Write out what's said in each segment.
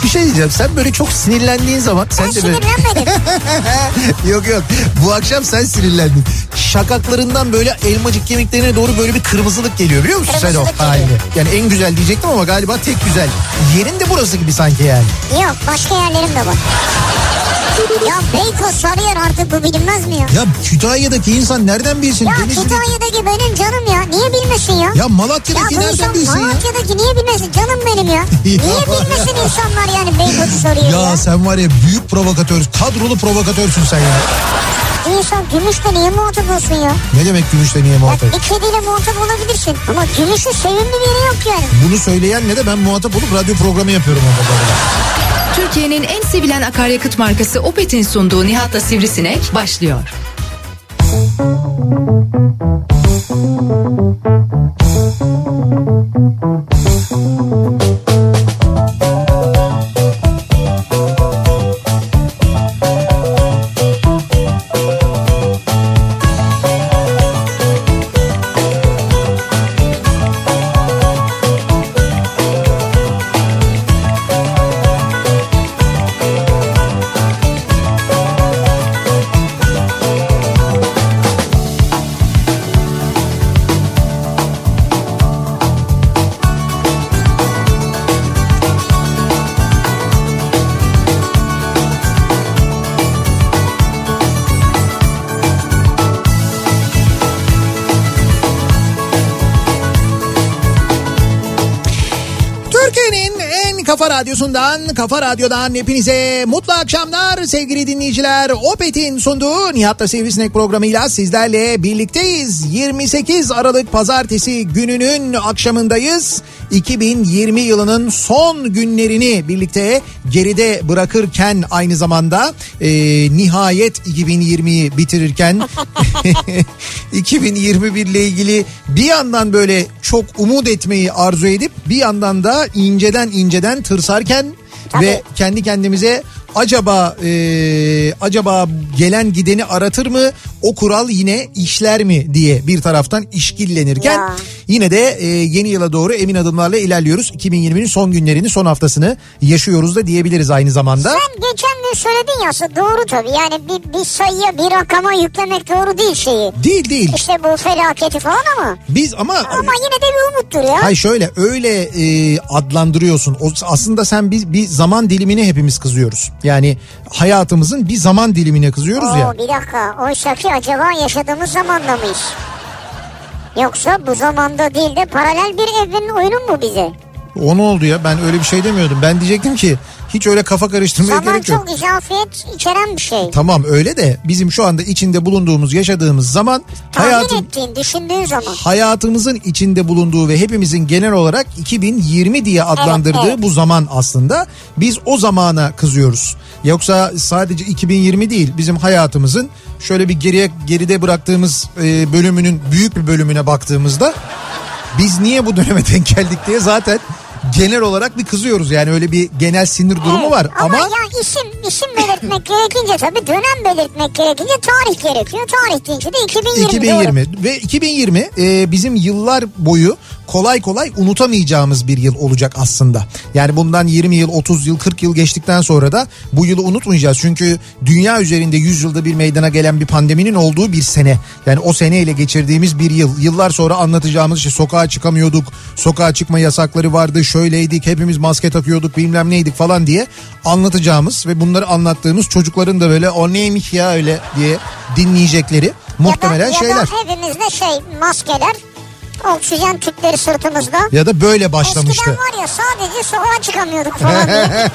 Bir şey diyeceğim, sen böyle çok sinirlendiğin zaman... Ben sen de böyle... sinirlenmedim. Yok bu akşam sen sinirlendin. Şakaklarından böyle elmacık kemiklerine doğru böyle bir kırmızılık geliyor, biliyor musun sen o halini? Yani en güzel diyecektim ama galiba tek güzel. Yerin de burası gibi sanki yani. Yok, başka yerlerim de var. Ya Beykoz, Sarıyer, artık bu bilinmez mi ya? Ya Kütahya'daki insan nereden bilsin? Ya Kütahya'daki benim canım ya. Niye bilmesin ya? Ya Malatya'daki nereden bilsin ya? Malatya'daki niye bilmesin? Canım benim ya. Niye bilmesin insanlar yani Beykoz'u soruyor ya? Ya sen var ya büyük provokatör, kadrolu provokatörsün sen ya. İnsan Gümüş'te niye muhatap olsun ya? Ne demek Gümüş'te niye muhatap? Bir kediyle muhatap olabilirsin. Ama Gümüş'ün sevimli bir yeri yok yani. Bunu söyleyen ne de ben muhatap olup radyo programı yapıyorum orada. Türkiye'nin en sevilen akaryakıt markası Opet'in sunduğu Nihat'la Sivrisinek başlıyor. Kafa Radyosu'ndan, Kafa Radyo'dan hepinize mutlu akşamlar sevgili dinleyiciler. Opet'in sunduğu Nihat'la Sivrisinek programıyla sizlerle birlikteyiz. 28 Aralık Pazartesi gününün akşamındayız. 2020 yılının son günlerini birlikte geride bırakırken aynı zamanda nihayet 2020'yi bitirirken 2021 ile ilgili bir yandan böyle çok umut etmeyi arzu edip bir yandan da inceden tırsarken ve kendi kendimize acaba gelen gideni aratır mı, o kural yine işler mi diye bir taraftan işkillenirken yine de yeni yıla doğru emin adımlarla ilerliyoruz. 2020'nin son günlerini, son haftasını yaşıyoruz da diyebiliriz aynı zamanda. Sen geçen gün söyledin ya, doğru tabii yani bir sayıya, bir rakama yüklemek doğru değil şeyi. Değil. İşte bu felaketi falan ama. Ama yine de bir umuttur ya. Hayır şöyle öyle adlandırıyorsun. Aslında sen bir zaman dilimine hepimiz kızıyoruz. Yani hayatımızın bir zaman dilimine kızıyoruz ya. Bir dakika, oysa ki acaba yaşadığımız zamanda mıyız? Yoksa bu zamanda değil de paralel bir evrenin oyunu mu bize? O ne oldu ya, ben öyle bir şey demiyordum. Ben diyecektim ki hiç öyle kafa karıştırmaya gerek yok. Zaman çok izafiyet içeren bir şey. Tamam öyle de bizim şu anda içinde bulunduğumuz, yaşadığımız zaman düşündüğün zaman. Hayatımızın içinde bulunduğu ve hepimizin genel olarak 2020 diye adlandırdığı bu zaman aslında. Biz o zamana kızıyoruz. Yoksa sadece 2020 değil, bizim hayatımızın şöyle bir geride bıraktığımız bölümünün büyük bir bölümüne baktığımızda biz niye bu döneme denk geldik diye zaten genel olarak bir kızıyoruz. Yani öyle bir genel sinir durumu var. Ama ya isim belirtmek gerekince tabii, dönem belirtmek gerekince tarih gerekiyor. Tarih deyince de 2020. Ve 2020 bizim yıllar boyu kolay kolay unutamayacağımız bir yıl olacak aslında. Yani bundan 20 yıl, 30 yıl, 40 yıl geçtikten sonra da bu yılı unutmayacağız. Çünkü dünya üzerinde 100 yılda bir meydana gelen bir pandeminin olduğu bir sene. Yani o seneyle geçirdiğimiz bir yıl. Yıllar sonra anlatacağımız işte sokağa çıkamıyorduk, sokağa çıkma yasakları vardı, şöyleydik, hepimiz maske takıyorduk, bilmem neydik falan diye anlatacağımız ve bunları anlattığımız çocukların da böyle o neymiş ya öyle diye dinleyecekleri muhtemelen şeyler. Ya da hepimizde maskeler, oksijen tüpleri sırtımızda. Ya da böyle başlamıştı. Eskiden var ya, sadece sokağa çıkamıyorduk falan diye.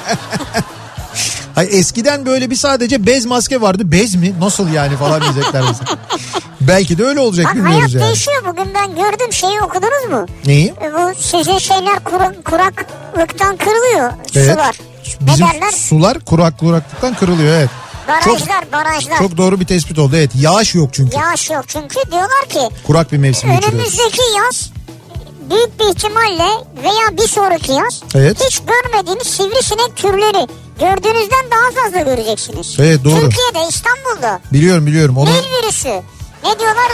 Eskiden böyle bir sadece bez maske vardı. Bez mi? Nasıl yani falan diyecekler mesela. Belki de öyle olacak, bilmiyoruz hayat yani. değişiyor. Bugün ben gördüm, şeyi okudunuz mu? Neyi? Bu sizin şeyler kuraklıktan kırılıyor. Evet. Sular. Bizim sular kuraklıktan kırılıyor, evet. Barajlar. Çok doğru bir tespit oldu, evet. Yağış yok çünkü. Diyorlar ki kurak bir mevsim geçiriyoruz. Önümüzdeki yaz büyük bir ihtimalle veya bir sonraki yaz hiç görmediğiniz sivrisinek türleri gördüğünüzden daha fazla göreceksiniz. Evet, doğru. Türkiye'de, İstanbul'da. Biliyorum. Nil virüsü. Ne diyorlar?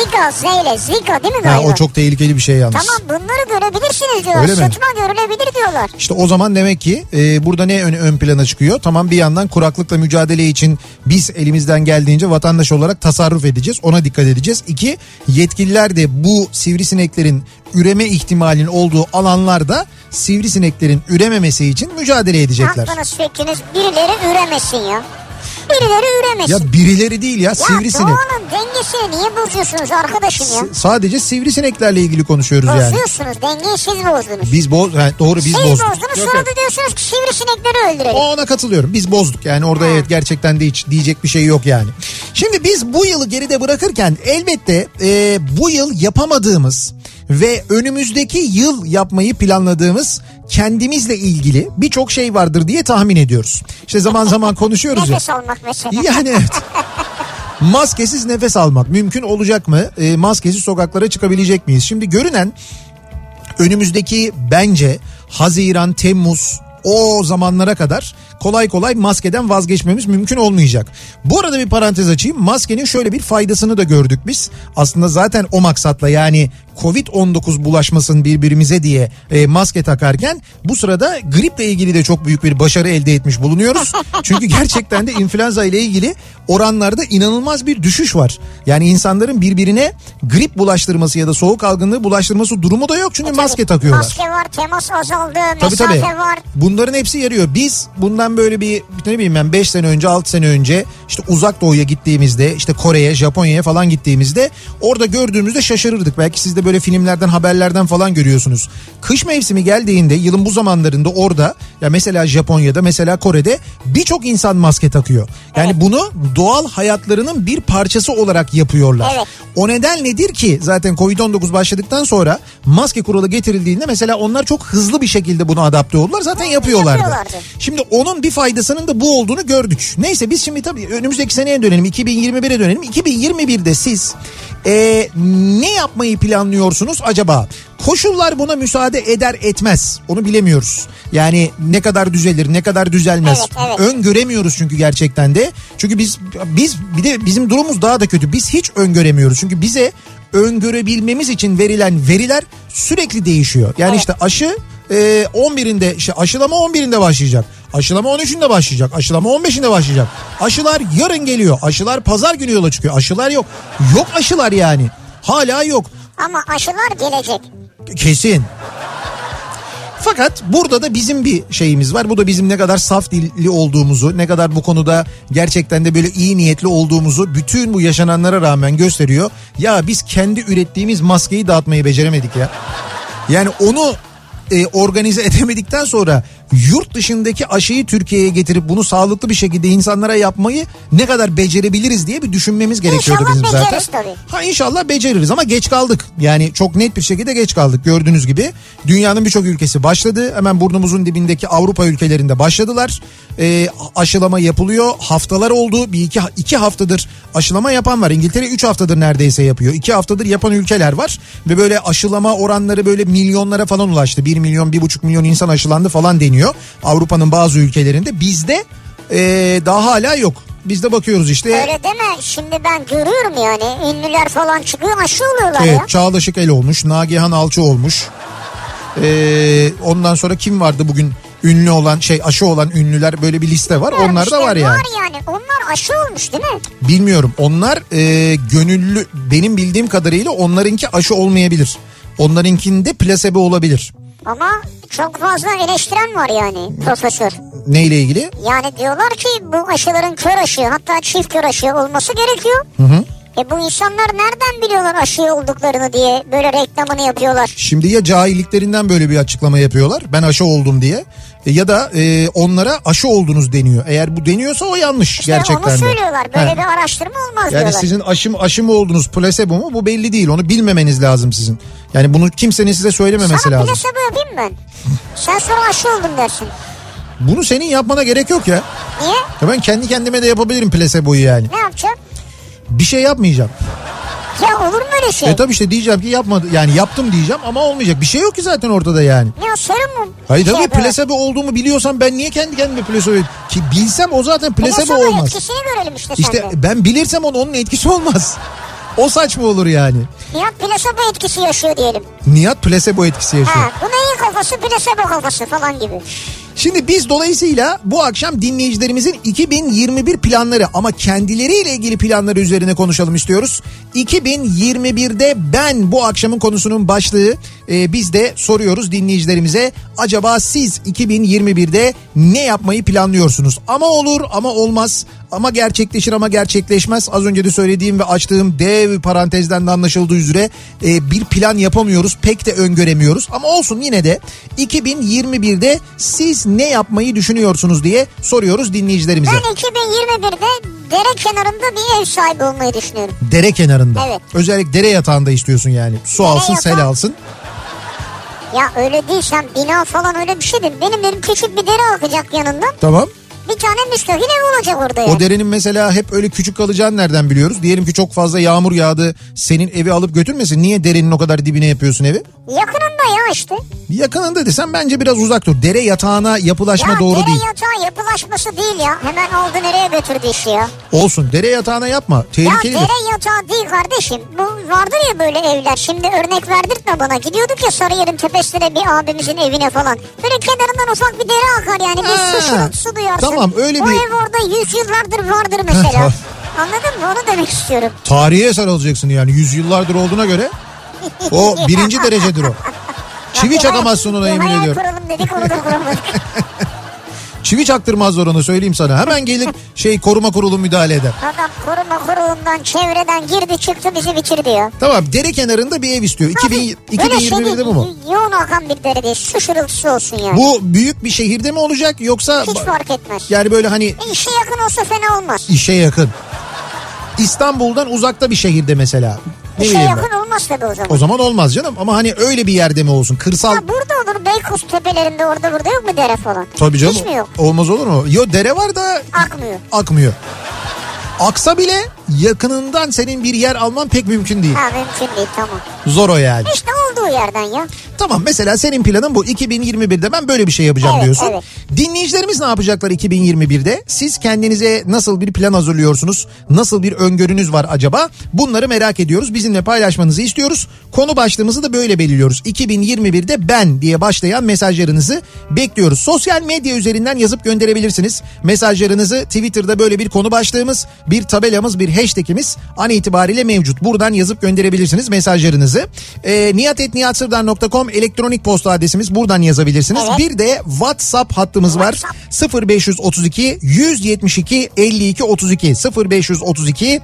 Zika değil mi galiba? O çok tehlikeli bir şey yalnız. Tamam, bunları görebilirsiniz diyorlar. Öyle mi? Sıtma görülebilir diyorlar. İşte o zaman demek ki burada ne ön plana çıkıyor? Tamam, bir yandan kuraklıkla mücadele için biz elimizden geldiğince vatandaş olarak tasarruf edeceğiz. Ona dikkat edeceğiz. 2, yetkililer de bu sivrisineklerin üreme ihtimalinin olduğu alanlarda sivrisineklerin ürememesi için mücadele edecekler. Aklınız fikriniz birileri üremesin ya. Birileri üremesin. Ya birileri değil ya, sivrisinek. Ya doğanın dengesini niye bozuyorsunuz arkadaşım ya? Sadece sivrisineklerle ilgili konuşuyoruz yani. Bozuyorsunuz, dengeyi siz bozdunuz. Doğru biz bozduk. Siz bozdunuz, sonra da diyorsunuz ki sivrisinekleri öldürelim. Ona katılıyorum, biz bozduk yani orada. Evet, gerçekten de hiç diyecek bir şey yok yani. Şimdi biz bu yılı geride bırakırken elbette bu yıl yapamadığımız ve önümüzdeki yıl yapmayı planladığımız kendimizle ilgili birçok şey vardır diye tahmin ediyoruz. İşte zaman zaman konuşuyoruz ya. Nefes almak mesela. Yani evet. Maskesiz nefes almak mümkün olacak mı? Maskesiz sokaklara çıkabilecek miyiz? Şimdi görünen önümüzdeki bence Haziran, Temmuz o zamanlara kadar kolay kolay maskeden vazgeçmemiz mümkün olmayacak. Bu arada bir parantez açayım. Maskenin şöyle bir faydasını da gördük biz. Aslında zaten o maksatla, yani Covid-19 bulaşmasın birbirimize diye maske takarken bu sırada griple ilgili de çok büyük bir başarı elde etmiş bulunuyoruz. Çünkü gerçekten de influenza ile ilgili oranlarda inanılmaz bir düşüş var. Yani insanların birbirine grip bulaştırması ya da soğuk algınlığı bulaştırması durumu da yok. Çünkü maske takıyorlar. Maske var, temas azaldı, tabii. mesafe var. Bunların hepsi yarıyor. Biz bundan böyle bir ne bileyim ben 5 sene önce 6 sene önce işte uzak doğuya gittiğimizde, işte Kore'ye, Japonya'ya falan gittiğimizde orada gördüğümüzde şaşırırdık. Belki siz de böyle filmlerden, haberlerden falan görüyorsunuz. Kış mevsimi geldiğinde yılın bu zamanlarında orada, ya mesela Japonya'da, mesela Kore'de birçok insan maske takıyor. Yani evet, bunu doğal hayatlarının bir parçası olarak yapıyorlar. Evet. O neden nedir ki zaten Covid-19 başladıktan sonra maske kuralı getirildiğinde mesela onlar çok hızlı bir şekilde buna adapte oldular. Zaten yapıyorlardı. Şimdi onun bir faydasının da bu olduğunu gördük. Neyse, biz şimdi tabii önümüzdeki seneye dönelim, 2021'e dönelim. 2021'de siz ne yapmayı planlıyorsunuz acaba? Koşullar buna müsaade eder etmez, onu bilemiyoruz. Yani ne kadar düzelir, ne kadar düzelmez. Evet. Öngöremiyoruz çünkü gerçekten de. Çünkü biz bir de bizim durumumuz daha da kötü. Biz hiç öngöremiyoruz. Çünkü bize öngörebilmemiz için verilen veriler sürekli değişiyor. Yani işte aşı 11'inde, işte aşılama 11'inde başlayacak. Aşılama 13'ünde başlayacak. Aşılama 15'inde başlayacak. Aşılar yarın geliyor. Aşılar pazar günü yola çıkıyor. Aşılar yok. Yok aşılar yani. Hala yok. Ama aşılar gelecek. Kesin. Fakat burada da bizim bir şeyimiz var. Bu da bizim ne kadar saf dilli olduğumuzu, ne kadar bu konuda gerçekten de böyle iyi niyetli olduğumuzu bütün bu yaşananlara rağmen gösteriyor. Ya biz kendi ürettiğimiz maskeyi dağıtmayı beceremedik ya. Yani onu organize edemedikten sonra yurt dışındaki aşıyı Türkiye'ye getirip bunu sağlıklı bir şekilde insanlara yapmayı ne kadar becerebiliriz diye bir düşünmemiz gerekiyordu bizim zaten. Tabii. İnşallah beceririz ama geç kaldık. Yani çok net bir şekilde geç kaldık. Gördüğünüz gibi dünyanın birçok ülkesi başladı. Hemen burnumuzun dibindeki Avrupa ülkelerinde başladılar. Aşılama yapılıyor. Haftalar oldu. iki haftadır aşılama yapan var. İngiltere 3 haftadır neredeyse yapıyor. 2 haftadır yapan ülkeler var. Ve böyle aşılama oranları böyle milyonlara falan ulaştı. 1 milyon, 1,5 milyon insan aşılandı falan deniyor. Avrupa'nın bazı ülkelerinde. Bizde daha hala yok. Biz de bakıyoruz işte. Öyle deme, şimdi ben görüyorum yani ünlüler falan çıkıyor, aşı oluyorlar evet, ya. Çağla Şikel olmuş, Nagihan Alçı olmuş. Ondan sonra kim vardı bugün ünlü olan, aşı olan ünlüler, böyle bir liste var. Evet, onlar işte da var yani. Var yani, onlar aşı olmuş değil mi? Bilmiyorum, onlar gönüllü, benim bildiğim kadarıyla onlarınki aşı olmayabilir. Onlarınkinde plasebo olabilir. Ama çok fazla eleştiren var yani profesör. Neyle ilgili? Yani diyorlar ki bu aşıların kör aşı, hatta çift kör aşı olması gerekiyor. Hı. Bu insanlar nereden biliyorlar aşı olduklarını diye böyle reklamını yapıyorlar. Şimdi ya cahilliklerinden böyle bir açıklama yapıyorlar, ben aşı oldum diye, ya da onlara aşı oldunuz deniyor. Eğer bu deniyorsa o yanlış işte gerçekten de. Onu söylüyorlar, böyle bir araştırma olmaz diyorlar. Yani sizin aşı mı oldunuz, plasebo mu, bu belli değil, onu bilmemeniz lazım sizin. Yani bunu kimsenin size söylememesi sana lazım. Sana plasebo yapayım ben. Sen sonra aşı oldum dersin. Bunu senin yapmana gerek yok ya. Niye? Ya ben kendi kendime de yapabilirim plaseboyu yani. Ne yapacağım? Bir şey yapmayacağım. Ya olur mu öyle şey? Tabii işte diyeceğim ki yapmadı, yani yaptım diyeceğim ama olmayacak. Bir şey yok ki zaten ortada yani. Ne o, serum mu? Hayır tabii, plasebo olduğumu biliyorsam ben niye kendi kendime plasebo, ki bilsem o zaten plasebo olmaz. Etkisini görelim işte sende. İşte ben bilirsem onun etkisi olmaz. O saç mı olur yani? Nihat plasebo etkisi yaşıyor diyelim. Nihat plasebo etkisi yaşıyor. Ha, bu neyin kafası, plasebo kafası falan gibi. Şimdi biz dolayısıyla bu akşam dinleyicilerimizin 2021 planları ama kendileriyle ilgili planları üzerine konuşalım istiyoruz. 2021'de ben bu akşamın konusunun başlığı. Biz de soruyoruz dinleyicilerimize, acaba siz 2021'de ne yapmayı planlıyorsunuz? Ama olur ama olmaz, ama gerçekleşir ama gerçekleşmez. Az önce de söylediğim ve açtığım dev parantezden de anlaşıldığı üzere bir plan yapamıyoruz, pek de öngöremiyoruz. Ama olsun, yine de 2021'de siz ne yapmayı düşünüyorsunuz diye soruyoruz dinleyicilerimize. Ben 2021'de dere kenarında bir ev sahibi olmayı düşünüyorum. Dere kenarında. Evet. Özellikle dere yatağında istiyorsun yani. Su Dere alsın, sel yatağı. alsın. Ya öyle değil, sen bina falan öyle bir şey değil. Benim küçük bir dere akacak yanından. Tamam. Bir tane müstakil ev olacak orada yani. O derenin mesela hep öyle küçük kalacağını nereden biliyoruz? Diyelim ki çok fazla yağmur yağdı, senin evi alıp götürmesin. Niye derenin o kadar dibine yapıyorsun evi? Yakınında ya işte. Yakınında desem bence biraz uzak dur. Dere yatağına yapılaşma doğru dere değil. yatağı yapılaşması değil ya. Hemen aldı nereye götürdü işi ya. Olsun, dere yatağına yapma. Ya Tehlikelidir. dere yatağı değil kardeşim. Bu vardır ya böyle evler. Şimdi örnek verdirtme bana. Gidiyorduk ya Sarıyer'in tepesine bir abimizin evine falan. Böyle kenarından ufak bir dere akar yani. Bir su şırıltısı duyarsın. Tamam, öyle o bir... ev orada 100 yıllardır vardır mesela. Anladın mı? Onu demek istiyorum. Tarihe eser alacaksın yani, yüzyıllardır olduğuna göre. O birinci derecedir o. Çivi çakamazsın ona, yemin ediyorum. Hayal kuralım dedik, onu da kuramadık. Çivi çaktırmazlar onu, söyleyeyim sana. Hemen gelir koruma kurulu müdahale eder. Adam koruma kurulundan, çevreden girdi çıktı, bizi bitirdi ya. Tamam, dere kenarında bir ev istiyor. 2021'de bu mu? Yoğun akan bir dere değil. Su şırıltısı olsun yani. Bu büyük bir şehirde mi olacak yoksa... Hiç fark etmez. Yani böyle hani... İşe yakın olsa fena olmaz. İşe yakın. İstanbul'dan uzakta bir şehirde mesela. Ne İşe bileyim yakın ben. olmaz tabii o zaman. O zaman olmaz canım, ama hani öyle bir yerde mi olsun? Kırsal... Ya burada olur, Beykoz tepelerinde orada burada yok mu dere falan? Tabii canım. Hiç mi yok? Olmaz olur mu? Yo, dere var da... Akmıyor. Akmıyor. Aksa bile yakınından senin bir yer alman pek mümkün değil. Ha, mümkün değil, tamam. Zor o yani. İşte olduğu yerden ya. Tamam, mesela senin planın bu. 2021'de ben böyle bir şey yapacağım diyorsun. Evet. Dinleyicilerimiz ne yapacaklar 2021'de? Siz kendinize nasıl bir plan hazırlıyorsunuz? Nasıl bir öngörünüz var acaba? Bunları merak ediyoruz. Bizimle paylaşmanızı istiyoruz. Konu başlığımızı da böyle belirliyoruz. 2021'de ben diye başlayan mesajlarınızı bekliyoruz. Sosyal medya üzerinden yazıp gönderebilirsiniz. Mesajlarınızı Twitter'da böyle bir konu başlığımız, bir tabelamız, bir hashtagimiz an itibariyle mevcut. Buradan yazıp gönderebilirsiniz mesajlarınızı. niyatetniyatsırdar.com elektronik posta adresimiz, buradan yazabilirsiniz. Evet. Bir de WhatsApp hattımız var. 0532 172 52 32 0532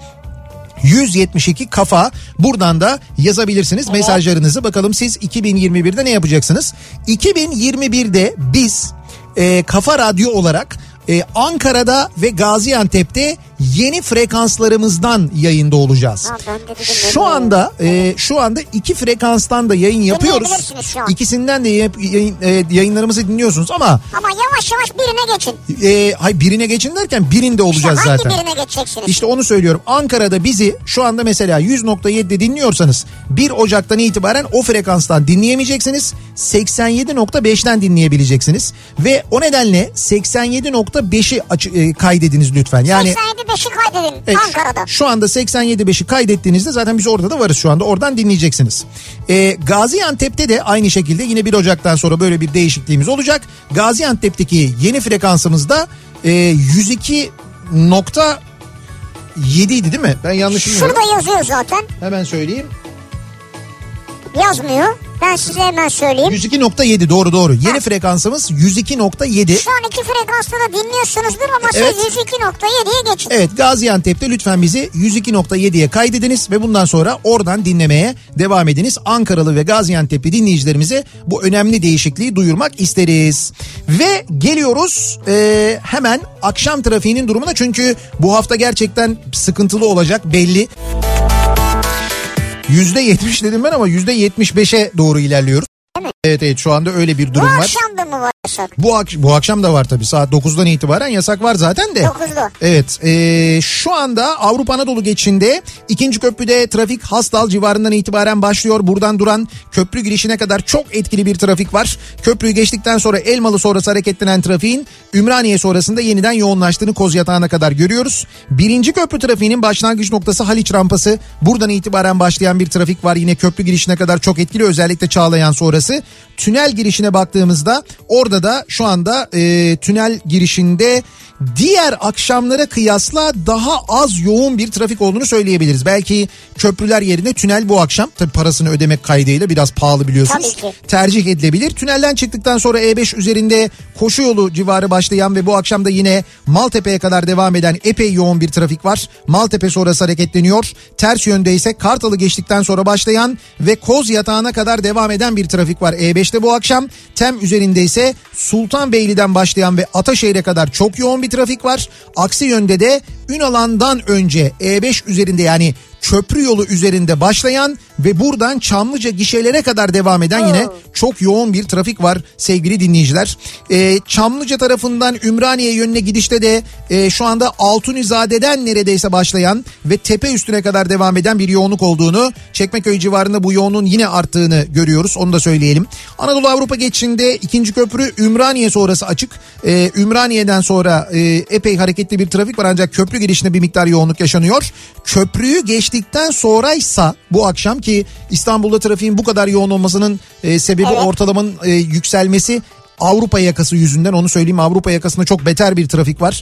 172 kafa, buradan da yazabilirsiniz mesajlarınızı. Bakalım siz 2021'de ne yapacaksınız? 2021'de biz Kafa Radyo olarak Ankara'da ve Gaziantep'te yeni frekanslarımızdan yayında olacağız. Ha, ben de dedim, Şu anda iki frekanstan da yayın yapıyoruz. Dinleyebilirsiniz şu an. İkisinden de yayınlarımızı dinliyorsunuz ama yavaş yavaş birine geçin. hayır, birine geçin derken birinde olacağız İşte hangi zaten. birine geçeceksiniz? İşte onu söylüyorum. Ankara'da bizi şu anda mesela 100.7'de dinliyorsanız 1 Ocak'tan itibaren o frekanstan dinleyemeyeceksiniz. 87.5'ten dinleyebileceksiniz. Ve o nedenle 87.5'i kaydediniz lütfen. Yani 87.5'i kaydedin Ankara'da. şu anda 87.5'i kaydettiğinizde zaten biz orada da varız şu anda. Oradan dinleyeceksiniz. Gaziantep'te de aynı şekilde yine 1 Ocak'tan sonra böyle bir değişikliğimiz olacak. Gaziantep'teki yeni frekansımızda 102.7 idi değil mi? Ben yanlış bilmiyorum. Şurada yazıyor zaten. Hemen söyleyeyim. Yazmıyor. Ben size hemen söyleyeyim. 102.7 doğru. Yeni frekansımız 102.7. Şu an iki frekansta da dinliyorsunuzdur ama Evet. siz 102.7'ye geçin. Evet, Gaziantep'te lütfen bizi 102.7'ye kaydediniz ve bundan sonra oradan dinlemeye devam ediniz. Ankaralı ve Gaziantep'li dinleyicilerimize bu önemli değişikliği duyurmak isteriz. Ve geliyoruz hemen akşam trafiğinin durumuna, çünkü bu hafta gerçekten sıkıntılı olacak belli. %70 dedim ben ama %75'e doğru ilerliyoruz. değil mi? Evet evet, şu anda öyle bir Bu durum var. akşam da mı var yasak? Bu akşam da var tabii, saat 9'dan itibaren yasak var zaten de. 9'lu. Evet, şu anda Avrupa Anadolu geçişinde 2. köprüde trafik Hastal civarından itibaren başlıyor. Buradan duran köprü girişine kadar çok etkili bir trafik var. Köprüyü geçtikten sonra Elmalı sonrası hareketlenen trafiğin Ümraniye sonrasında yeniden yoğunlaştığını Kozyatağı'na kadar görüyoruz. 1. köprü trafiğinin başlangıç noktası Haliç rampası. Buradan itibaren başlayan bir trafik var. Yine köprü girişine kadar çok etkili, özellikle Çağlayan sonrası. Tünel girişine baktığımızda orada da şu anda tünel girişinde diğer akşamlara kıyasla daha az yoğun bir trafik olduğunu söyleyebiliriz. Belki köprüler yerine tünel bu akşam, tabii parasını ödemek kaydıyla biraz pahalı biliyorsunuz, tercih edilebilir. Tünelden çıktıktan sonra E5 üzerinde koşu yolu civarı başlayan ve bu akşam da yine Maltepe'ye kadar devam eden epey yoğun bir trafik var. Maltepe sonrası hareketleniyor. Ters yönde ise Kartal'ı geçtikten sonra başlayan ve Kozyatağı'na kadar devam eden bir trafik var E5'te bu akşam. Tem üzerinde ise Sultanbeyli'den başlayan ve Ataşehir'e kadar çok yoğun bir trafik var. Aksi yönde de Ünalan'dan önce E5 üzerinde, yani köprü yolu üzerinde başlayan ve buradan Çamlıca gişelere kadar devam eden yine çok yoğun bir trafik var sevgili dinleyiciler. Çamlıca tarafından Ümraniye yönüne gidişte de şu anda Altunizade'den neredeyse başlayan ve tepe üstüne kadar devam eden bir yoğunluk olduğunu, Çekmeköy civarında bu yoğunluğun yine arttığını görüyoruz, onu da söyleyelim. Anadolu Avrupa geçişinde 2. köprü Ümraniye sonrası açık. Ümraniye'den sonra epey hareketli bir trafik var, ancak köprü girişinde bir miktar yoğunluk yaşanıyor. Köprüyü geçtikten sonraysa bu akşam, ki İstanbul'da trafiğin bu kadar yoğun olmasının sebebi ortalamanın yükselmesi Avrupa yakası yüzünden, onu söyleyeyim. Avrupa yakasında çok beter bir trafik var.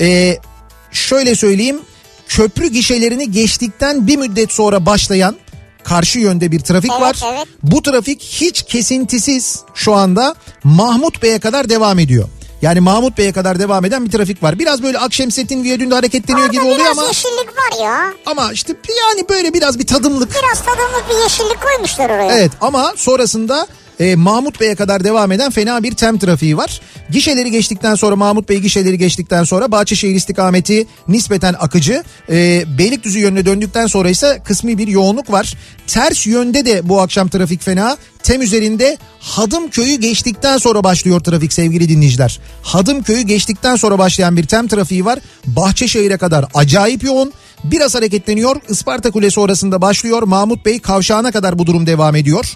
Şöyle söyleyeyim, köprü gişelerini geçtikten bir müddet sonra başlayan karşı yönde bir trafik var. Evet. Bu trafik hiç kesintisiz şu anda Mahmut Bey'e kadar devam ediyor. Yani Mahmut Bey'e kadar devam eden bir trafik var. Biraz böyle Akşemseddin Viyadüğü'nde hareketleniyor gibi oluyor ama. Biraz yeşillik var ya. Ama işte yani böyle biraz bir tadımlık. Biraz tadımlık bir yeşillik koymuşlar oraya. Evet, ama sonrasında Mahmut Bey'e kadar devam eden fena bir tem trafiği var. Gişeleri geçtikten sonra, Mahmut Bey gişeleri geçtikten sonra Bahçeşehir istikameti nispeten akıcı. Beylikdüzü yönüne döndükten sonra ise kısmi bir yoğunluk var. Ters yönde de bu akşam trafik fena. Tem üzerinde Hadımköy'ü geçtikten sonra başlıyor trafik sevgili dinleyiciler. Hadımköy'ü geçtikten sonra başlayan bir tem trafiği var. Bahçeşehir'e kadar acayip yoğun. Biraz hareketleniyor. Isparta Kulesi orasında başlıyor. Mahmut Bey kavşağına kadar bu durum devam ediyor.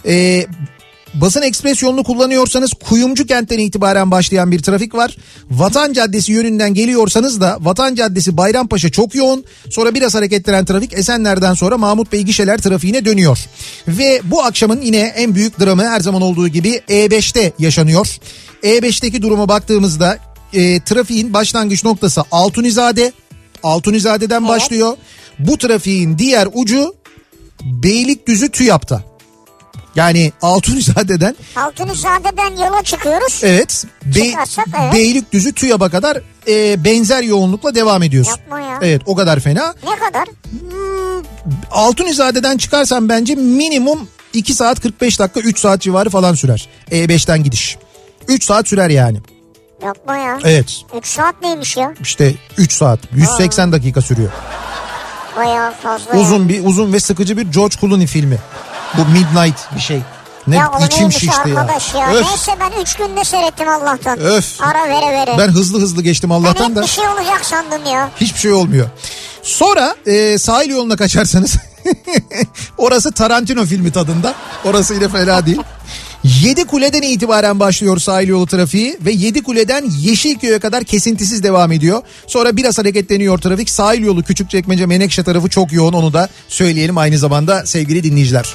Basın Ekspres yolunu kullanıyorsanız Kuyumcu kentten itibaren başlayan bir trafik var. Vatan Caddesi yönünden geliyorsanız da Vatan Caddesi Bayrampaşa çok yoğun. Sonra biraz hareketlenen trafik Esenler'den sonra Mahmut Bey gişeler trafiğine dönüyor. Ve bu akşamın yine en büyük dramı her zaman olduğu gibi E5'te yaşanıyor. E5'teki duruma baktığımızda trafiğin başlangıç noktası Altunizade. Altunizade'den başlıyor. Bu trafiğin diğer ucu Beylikdüzü TÜYAP'ta. Yani Altunizade'den yola çıkıyoruz. Evet. Beylikdüzü TÜYAP'a kadar benzer yoğunlukla devam ediyorsun. Yapma ya. Evet, o kadar fena. Ne kadar? Altunizade'den çıkarsan bence minimum 2 saat 45 dakika 3 saat civarı falan sürer. E5'ten gidiş. 3 saat sürer yani. Yapma ya. Evet. 3 saat neymiş ya? İşte 3 saat 180 dakika sürüyor. Bayağı fazla. Uzun ve sıkıcı bir George Clooney filmi. Bu Midnight bir şey. Ne ya içim şişti arkadaş ya. Neyse, ben 3 günde seyrettim Allah'tan. Öf. Ara vere. Ben hızlı geçtim Allah'tan da. Ben hep bir şey olacak sandım ya. Hiçbir şey olmuyor. Sonra sahil yoluna kaçarsanız orası Tarantino filmi tadında. Orası yine fena değil. Yedikule'den itibaren başlıyor sahil yolu trafiği ve Yedikule'den Yeşilköy'e kadar kesintisiz devam ediyor. Sonra biraz hareketleniyor trafik. Sahil yolu Küçükçekmece Menekşe tarafı çok yoğun, onu da söyleyelim aynı zamanda sevgili dinleyiciler.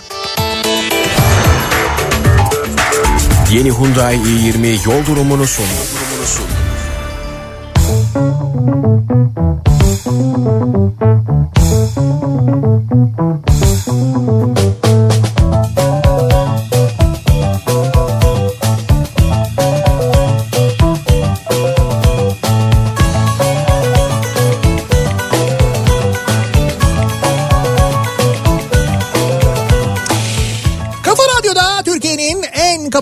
Yeni Hyundai i20 yol durumunu sunuyor.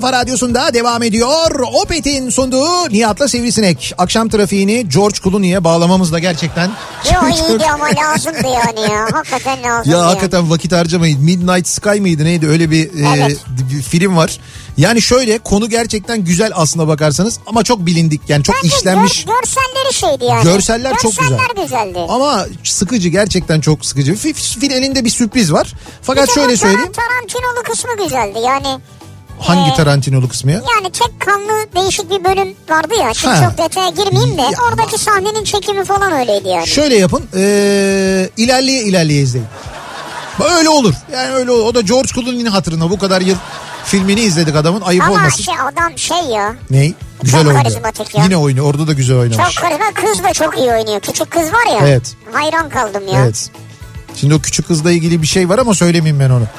Kafa Radyosu'nda devam ediyor. Opet'in sunduğu Nihat'la Sivrisinek. Akşam trafiğini George Clooney'e bağlamamız da gerçekten... Yo iyiydi ama lazımdı yani ya. Hakikaten lazımdı. Ya hakikaten vakit harcamayın. Midnight Sky mıydı neydi öyle bir, evet. Bir film var. Yani şöyle konu gerçekten güzel aslına bakarsanız ama çok bilindik yani çok bence işlenmiş. Görselleri şeydi yani. Görseller çok güzel. Görseller güzeldi. Ama sıkıcı gerçekten çok sıkıcı. Finalinde bir sürpriz var. Fakat şöyle söyleyeyim. Tarantinolu kısmı güzeldi yani. Hangi Tarantinolu kısmı ya? Yani tek kanlı değişik bir bölüm vardı ya. Şimdi çok detaya girmeyeyim de ya, oradaki sahnenin çekimi falan öyleydi yani. Şöyle yapın ilerleye izleyin. Öyle olur. Yani öyle olur. O da George Clooney'nin hatırına bu kadar yıl filmini izledik adamın ayıp ama olmasın. Ama adam ya. Ney? Güzel çok oynuyor. Karizmatik ya. Yine oynuyor. Orada da güzel oynamış. Çok karizma. Kız da çok iyi oynuyor. Küçük kız var ya. Evet. Hayran kaldım ya. Evet. Şimdi o küçük kızla ilgili bir şey var ama söylemeyeyim ben onu.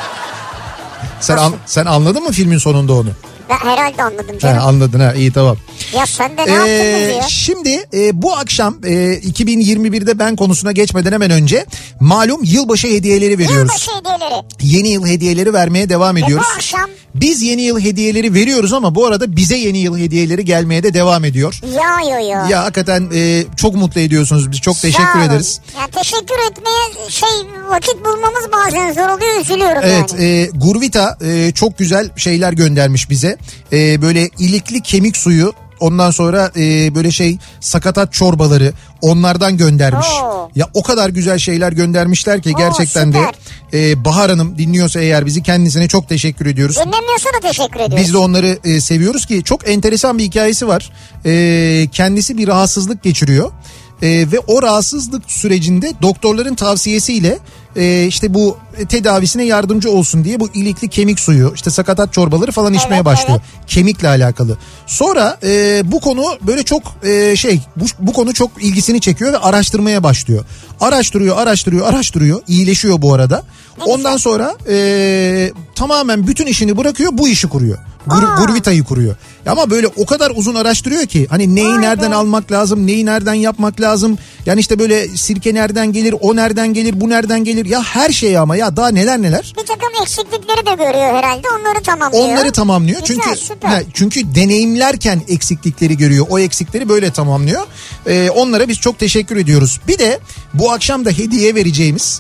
Sen anladın mı filmin sonunda onu? Ben herhalde anladım canım. Anladın ha, iyi tamam. Ya sen de ne yaptın ya? Şimdi bu akşam 2021'de ben konusuna geçmeden hemen önce malum yılbaşı hediyeleri veriyoruz. Yılbaşı hediyeleri. Yeni yıl hediyeleri vermeye devam ediyoruz. Bu akşam. Biz yeni yıl hediyeleri veriyoruz ama bu arada bize yeni yıl hediyeleri gelmeye de devam ediyor. Ya. Ya hakikaten çok mutlu ediyorsunuz. Biz çok teşekkür ederiz. Ya teşekkür etmeye vakit bulmamız bazen zor oluyor, üzülüyorum evet, yani. Evet Gurvita çok güzel şeyler göndermiş bize. Böyle ilikli kemik suyu. Ondan sonra böyle sakatat çorbaları onlardan göndermiş. Oo. Ya o kadar güzel şeyler göndermişler ki gerçekten süper. de Bahar Hanım dinliyorsa eğer bizi kendisine çok teşekkür ediyoruz. Dinlemiyorsa da teşekkür ediyoruz. Biz de onları seviyoruz ki çok enteresan bir hikayesi var. Kendisi bir rahatsızlık geçiriyor. Ve o rahatsızlık sürecinde doktorların tavsiyesiyle işte bu tedavisine yardımcı olsun diye bu ilikli kemik suyu işte sakatat çorbaları falan içmeye başlıyor. Evet. Kemikle alakalı. Sonra bu konu böyle çok bu konu çok ilgisini çekiyor ve araştırmaya başlıyor. Araştırıyor. İyileşiyor bu arada. Ondan sonra tamamen bütün işini bırakıyor, bu işi kuruyor. Gurvita'yı kuruyor. Ama böyle o kadar uzun araştırıyor ki hani neyi nereden almak lazım, neyi nereden yapmak lazım. Yani işte böyle sirke nereden gelir, o nereden gelir, bu nereden gelir. Ya her şey ama ya daha neler. Bir takım eksiklikleri de görüyor herhalde, onları tamamlıyor. Güzel, çünkü deneyimlerken eksiklikleri görüyor. O eksikleri böyle tamamlıyor. Onlara biz çok teşekkür ediyoruz. Bir de bu akşam da hediye vereceğimiz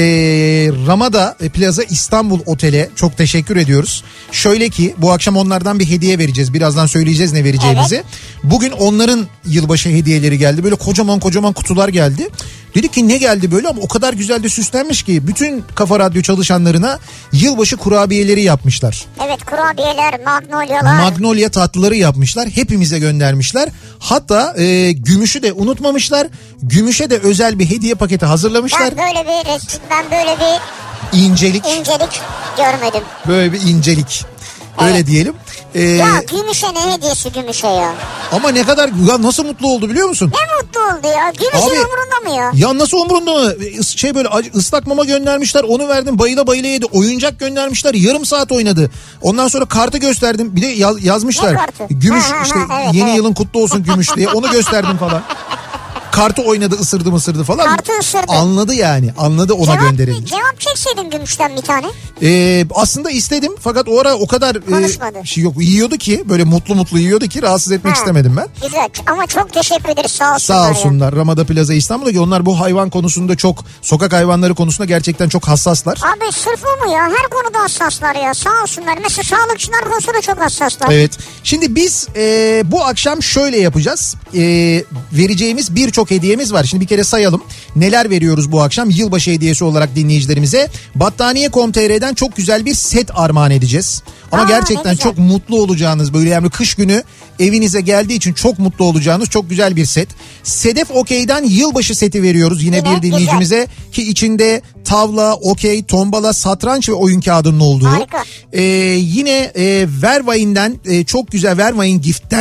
Ramada Plaza İstanbul Otel'e çok teşekkür ediyoruz. Şöyle ki bu akşam onlardan bir hediye vereceğiz. Birazdan söyleyeceğiz ne vereceğimizi. Evet. Bugün onların yılbaşı hediyeleri geldi. Böyle kocaman kutular geldi. Dedik ki ne geldi böyle, ama o kadar güzel de süslenmiş ki bütün Kafa Radyo çalışanlarına yılbaşı kurabiyeleri yapmışlar. Evet, kurabiyeler, magnolyalar. Magnolia tatlıları yapmışlar. Hepimize göndermişler. Hatta Gümüş'ü de unutmamışlar. Gümüş'e de özel bir hediye paketi hazırlamışlar. Ben böyle bir incelik görmedim. Böyle bir incelik. Evet. Öyle diyelim. Ya Gümüş'e ne hediyesi Gümüş'e ya? Ama ne kadar nasıl mutlu oldu biliyor musun? Ne mutlu oldu ya? Gümüş'ün umurunda mı ya? Ya nasıl umurunda mı? Böyle ıslak mama göndermişler, onu verdim, bayıla yedi. Oyuncak göndermişler, yarım saat oynadı. Ondan sonra kartı gösterdim, bir de yazmışlar. Ne kartı? Gümüş yeni yılın kutlu olsun Gümüş diye, onu gösterdim falan. Kartı oynadı, ısırdı falan. Kartı ısırdı. Anladı ona gönderelim. Cevap çekseydin Gümüş'ten bir tane. Aslında istedim fakat o ara o kadar yok, yiyordu ki böyle mutlu yiyordu ki rahatsız etmek istemedim ben. Güzel ama çok teşekkür ederiz, sağ olsunlar. Ramada Plaza İstanbul'da ki onlar bu hayvan konusunda sokak hayvanları konusunda gerçekten çok hassaslar. Abi sırf o mu ya? Her konuda hassaslar ya, sağ olsunlar. Mesela sağlıkçılar konusunda çok hassaslar. Evet. Şimdi biz bu akşam şöyle yapacağız. Vereceğimiz birçok hediyemiz var. Şimdi bir kere sayalım. Neler veriyoruz bu akşam yılbaşı hediyesi olarak dinleyicilerimize? Battaniye.com.tr'den çok güzel bir set armağan edeceğiz. Ama gerçekten çok mutlu olacağınız, böyle yani kış günü evinize geldiği için çok mutlu olacağınız çok güzel bir set. Sedef Okey'den yılbaşı seti veriyoruz yine bir dinleyicimize. Güzel. Ki içinde tavla, okey, tombala, satranç ve oyun kağıdının olduğu. Harika. Yine Vervain'den çok güzel, Vervain Gift'ten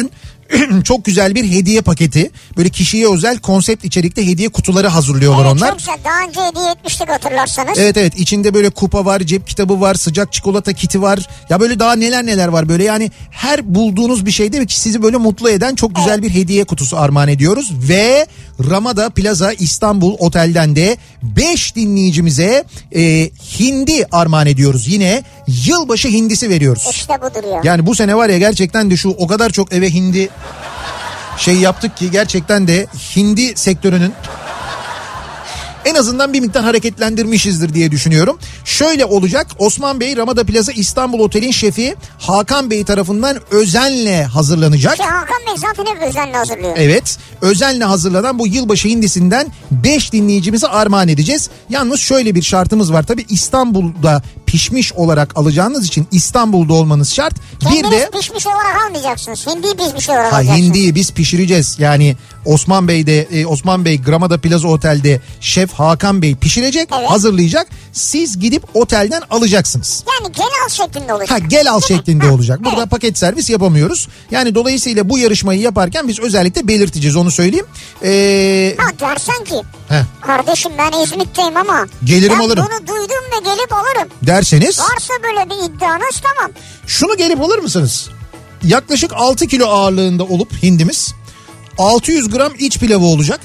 çok güzel bir hediye paketi. Böyle kişiye özel konsept içerikte hediye kutuları hazırlıyorlar evet, onlar. Çok güzel. Daha önce hediye etmiştik hatırlarsanız. Evet içinde böyle kupa var, cep kitabı var, sıcak çikolata kiti var. Ya böyle daha neler var böyle, yani her bulduğunuz bir şeyde sizi böyle mutlu eden çok güzel bir hediye kutusu armağan ediyoruz. Ve Ramada Plaza İstanbul Otel'den de 5 dinleyicimize hindi armağan ediyoruz. Yine yılbaşı hindisi veriyoruz. İşte budur ya. Yani bu sene var ya, gerçekten de şu o kadar çok eve hindi yaptık ki gerçekten de hindi sektörünün en azından bir miktar hareketlendirmişizdir diye düşünüyorum. Şöyle olacak: Osman Bey Ramada Plaza İstanbul Otel'in şefi Hakan Bey tarafından özenle hazırlanacak. Hakan Bey zaten hep özenle hazırlıyor. Evet, özenle hazırlanan bu yılbaşı hindisinden 5 dinleyicimize armağan edeceğiz. Yalnız şöyle bir şartımız var. Tabii İstanbul'da pişmiş olarak alacağınız için İstanbul'da olmanız şart. Kendiniz bir de pişmiş olarak almayacaksınız. Hindiyi pişmiş olarak alacaksınız. Hindiyi biz pişireceğiz. Yani Osman Bey Ramada Plaza Otel'de şef Hakan Bey pişirecek, hazırlayacak. Siz gidip otelden alacaksınız. Yani gel al şeklinde olacak. Gel al şeklinde olacak. Burada paket servis yapamıyoruz. Yani dolayısıyla bu yarışmayı yaparken biz özellikle belirteceğiz, onu söyleyeyim. Dersen ki kardeşim ben İzmit'teyim ama gelirim alırım. Ben bunu duydum ve gelip alırım Derseniz. Varsa böyle bir iddianız tamam. Şunu gelip alır mısınız? Yaklaşık 6 kilo ağırlığında olup hindimiz 600 gram iç pilavı olacak.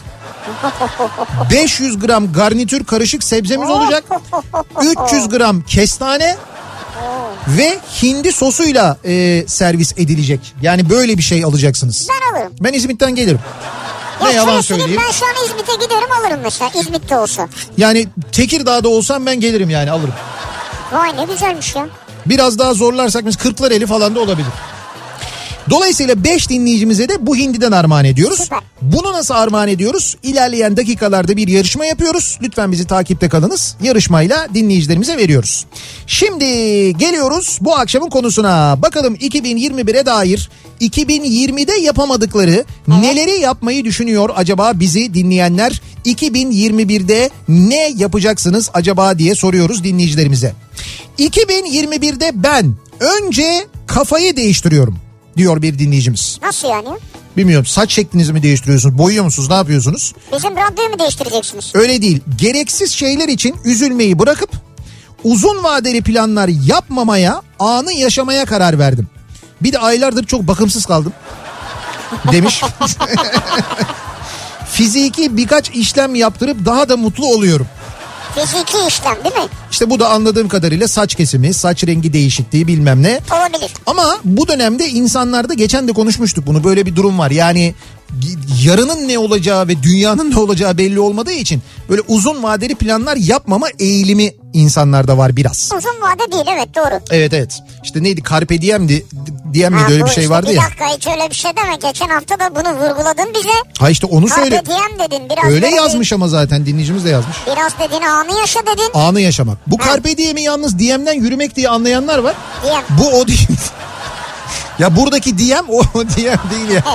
500 gram garnitür karışık sebzemiz olacak. 300 gram kestane ve hindi sosuyla servis edilecek. Yani böyle bir şey alacaksınız. Ben alırım. Ben İzmit'ten gelirim. Ya ne yalan söyleyeyim. Ben şu an İzmit'e giderim alırım mesela, İzmit'te olsa. Yani Tekirdağ'da olsam ben gelirim, yani alırım. Vay ne güzelmiş ya. Biraz daha zorlarsak mesela Kırklareli falan da olabilir. Dolayısıyla 5 dinleyicimize de bu hindiden armağan ediyoruz. Süper. Bunu nasıl armağan ediyoruz? İlerleyen dakikalarda bir yarışma yapıyoruz. Lütfen bizi takipte kalınız. Yarışmayla dinleyicilerimize veriyoruz. Şimdi geliyoruz bu akşamın konusuna. Bakalım 2021'e dair 2020'de yapamadıkları neleri yapmayı düşünüyor acaba bizi dinleyenler? 2021'de ne yapacaksınız acaba diye soruyoruz dinleyicilerimize. 2021'de ben önce kafayı değiştiriyorum diyor bir dinleyicimiz. Nasıl yani? Bilmiyorum, saç şeklinizi mi değiştiriyorsunuz, boyuyor musunuz, ne yapıyorsunuz? Bizim radyoyu mu değiştireceksiniz? Öyle değil, gereksiz şeyler için üzülmeyi bırakıp uzun vadeli planlar yapmamaya, anı yaşamaya karar verdim. Bir de aylardır çok bakımsız kaldım demiş. Fiziki birkaç işlem yaptırıp daha da mutlu oluyorum. Fiziki işlem değil mi? İşte bu da anladığım kadarıyla saç kesimi, saç rengi değişikliği bilmem ne. Olabilir. Ama bu dönemde insanlarda, geçen de konuşmuştuk bunu, böyle bir durum var. Yani yarının ne olacağı ve dünyanın ne olacağı belli olmadığı için böyle uzun vadeli planlar yapmama eğilimi insanlarda var biraz. Uzun vade değil, evet doğru. Evet. İşte neydi, Carpe Diem'di öyle bir şey vardı ya. Bir dakika, hiç öyle bir şey deme. Geçen hafta da bunu vurguladın bize. Ha işte onu söyle. Carpe Diem dedin. Biraz öyle yazmış ama zaten dinleyicimiz de yazmış. Biraz dedin, anı yaşa dedin. Anı yaşamak. Bu Carpe Diem'i yalnız Diem'den yürümek diye anlayanlar var. Diem. Bu o değil. Ya buradaki Diem o Diem değil ya.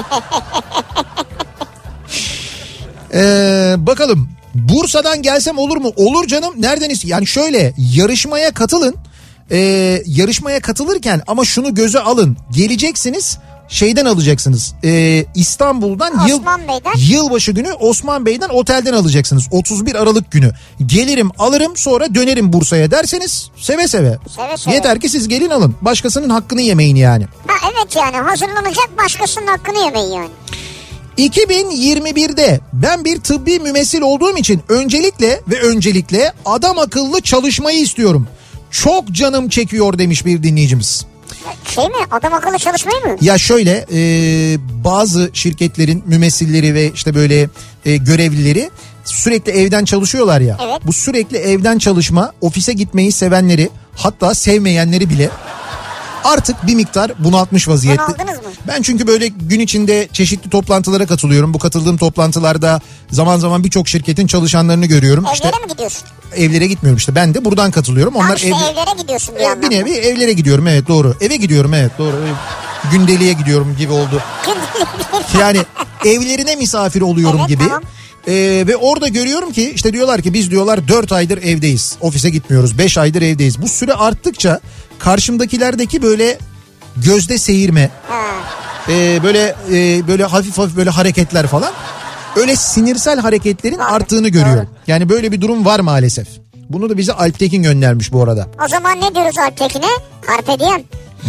Bakalım. Bursa'dan gelsem olur mu? Olur canım. Nereden yani şöyle, yarışmaya katılın. Yarışmaya katılırken ama şunu göze alın. Geleceksiniz, şeyden alacaksınız. İstanbul'dan yılbaşı günü Osman Bey'den otelden alacaksınız. 31 Aralık günü. Gelirim alırım sonra dönerim Bursa'ya derseniz seve seve. Yeter ki siz gelin alın. Başkasının hakkını yemeyin yani. Ha evet, yani hazırlanacak, başkasının hakkını yemeyin yani. 2021'de ben bir tıbbi mümessil olduğum için öncelikle adam akıllı çalışmayı istiyorum. Çok canım çekiyor demiş bir dinleyicimiz. Şey mi, adam akıllı çalışmayı mı? Ya şöyle, bazı şirketlerin mümessilleri ve işte böyle görevlileri sürekli evden çalışıyorlar ya. Evet. Bu sürekli evden çalışma, ofise gitmeyi sevenleri, hatta sevmeyenleri bile artık bir miktar bunaltmış vaziyette. Bunaldınız mı? Ben çünkü böyle gün içinde çeşitli toplantılara katılıyorum. Bu katıldığım toplantılarda zaman zaman birçok şirketin çalışanlarını görüyorum. Evlere mi gidiyorsun? Evlere gitmiyorum işte. Ben de buradan katılıyorum. Onlar işte evlere gidiyorsun bir anlamda. Bir nevi evlere gidiyorum, evet doğru. Eve gidiyorum, evet doğru. Gündeliğe gidiyorum gibi oldu. Yani evlerine misafir oluyorum evet, gibi. Tamam. Ve orada görüyorum ki işte diyorlar ki biz diyorlar 4 aydır evdeyiz. Ofise gitmiyoruz. 5 aydır evdeyiz. Bu süre arttıkça karşımdakilerdeki böyle gözde seyirme, böyle hafif hafif böyle hareketler falan. Öyle sinirsel hareketlerin arttığını görüyorum. Yani böyle bir durum var maalesef. Bunu da bize Alptekin göndermiş bu arada. O zaman ne diyoruz Alptekin'e? Carpe diem.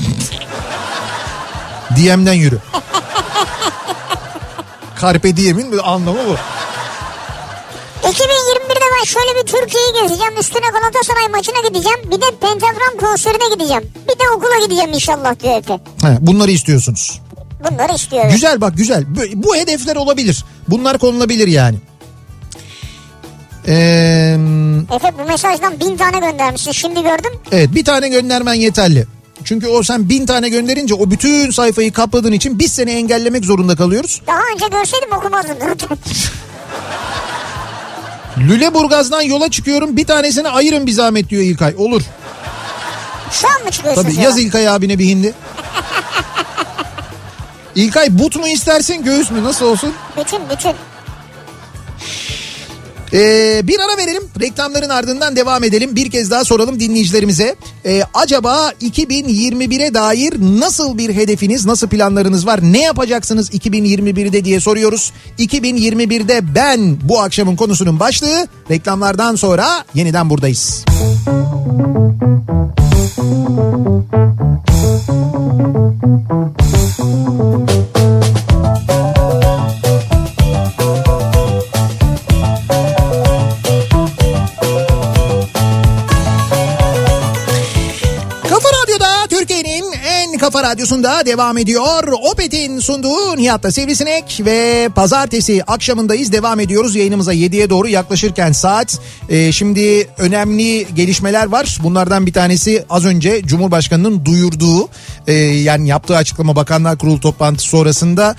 Diem'den yürü. Carpe diem'in anlamı bu. 2021'de ben şöyle bir Türkiye'yi gezeceğim. Üstüne Galatasaray maçına gideceğim. Bir de Pentagram konserine gideceğim. Bir de okula gideceğim inşallah diyor Efe. Bunları istiyorsunuz. Bunları istiyorum. Güzel bak güzel. Bu hedefler olabilir. Bunlar konulabilir yani. Efe bu mesajdan 1000 tane göndermişsin. Şimdi gördüm. Evet, bir tane göndermen yeterli. Çünkü o sen 1000 tane gönderince o bütün sayfayı kapladığın için biz seni engellemek zorunda kalıyoruz. Daha önce görseydim okumazdım zaten. Lüleburgaz'dan yola çıkıyorum, bir tanesini ayırın bir zahmet diyor İlkay. Olur. Şu an mı çıkıyorsun? Tabii yaz İlkay abine bir hindi. İlkay but mu istersin göğüs mü, nasıl olsun? Bütün. Bir ara verelim, reklamların ardından devam edelim. Bir kez daha soralım dinleyicilerimize. Acaba 2021'e dair nasıl bir hedefiniz, nasıl planlarınız var? Ne yapacaksınız 2021'de diye soruyoruz. 2021'de ben bu akşamın konusunun başlığı. Reklamlardan sonra yeniden buradayız. Kafa Radyosu'nda devam ediyor. Opet'in sunduğu Nihat'la Sivrisinek ve pazartesi akşamındayız. Devam ediyoruz yayınımıza 7'ye doğru yaklaşırken saat. Şimdi önemli gelişmeler var. Bunlardan bir tanesi az önce Cumhurbaşkanı'nın duyurduğu yani yaptığı açıklama Bakanlar Kurulu toplantısı sonrasında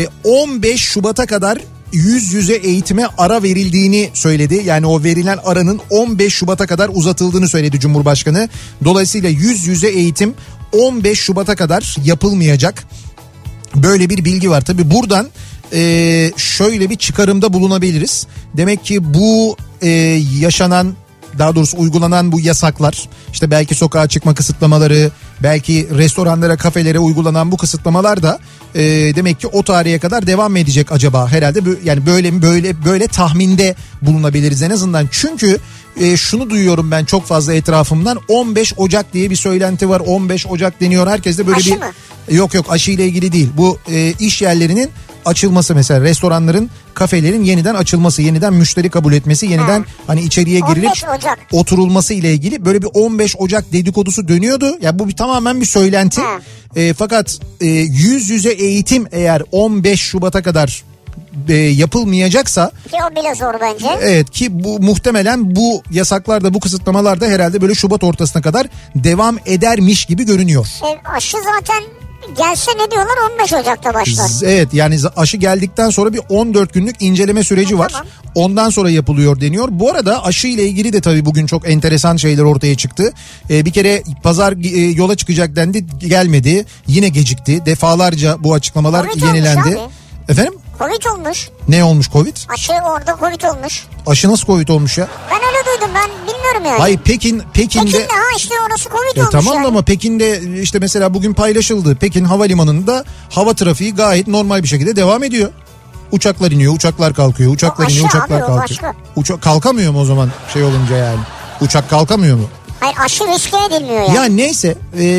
15 Şubat'a kadar yüz yüze eğitime ara verildiğini söyledi. Yani o verilen aranın 15 Şubat'a kadar uzatıldığını söyledi Cumhurbaşkanı. Dolayısıyla yüz yüze eğitim 15 Şubat'a kadar yapılmayacak. Böyle bir bilgi var. Tabii buradan şöyle bir çıkarımda bulunabiliriz. Demek ki bu yaşanan, daha doğrusu uygulanan bu yasaklar, işte belki sokağa çıkma kısıtlamaları, belki restoranlara, kafelere uygulanan bu kısıtlamalar da demek ki o tarihe kadar devam mı edecek acaba? Herhalde yani böyle tahminde bulunabiliriz en azından. Çünkü şunu duyuyorum ben çok fazla etrafımdan, 15 Ocak diye bir söylenti var. 15 Ocak deniyor. Herkes de böyle aşı bir mı? Yok aşı ile ilgili değil. Bu iş yerlerinin açılması, mesela restoranların, kafelerin yeniden açılması, yeniden müşteri kabul etmesi, yeniden hani içeriye girilip oturulması ile ilgili böyle bir 15 Ocak dedikodusu dönüyordu. Ya yani bu tamamen bir söylenti. Fakat yüz yüze eğitim eğer 15 Şubat'a kadar yapılmayacaksa, ki o bile zor bence. Evet, ki bu muhtemelen bu yasaklar da, bu kısıtlamalar da herhalde böyle Şubat ortasına kadar devam edermiş gibi görünüyor. Aşı zaten gelse ne diyorlar, 15 Ocak'ta başlar. Evet, yani aşı geldikten sonra bir 14 günlük inceleme süreci var. Tamam. Ondan sonra yapılıyor deniyor. Bu arada aşı ile ilgili de tabii bugün çok enteresan şeyler ortaya çıktı. Bir kere pazar yola çıkacak dendi, gelmedi. Yine gecikti. Defalarca bu açıklamalar yenilendi. Efendim? Covid olmuş. Ne olmuş Covid? Aşı orada Covid olmuş. Aşı nasıl Covid olmuş ya? Ben öyle duydum, ben bilmiyorum yani. Hayır, Pekin'de işte orası Covid olmuş tamam yani. Ama Pekin'de işte mesela bugün paylaşıldı. Pekin havalimanında hava trafiği gayet normal bir şekilde devam ediyor. Uçaklar iniyor, uçaklar kalkıyor, uçaklar iniyor, uçaklar kalkıyor. Uçak kalkamıyor mu o zaman şey olunca yani? Uçak kalkamıyor mu? Hayır, aşı riske edilmiyor yani. Ya neyse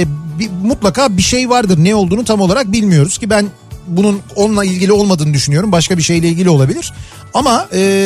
mutlaka bir şey vardır, ne olduğunu tam olarak bilmiyoruz ki ben bunun onunla ilgili olmadığını düşünüyorum. Başka bir şeyle ilgili olabilir. Ama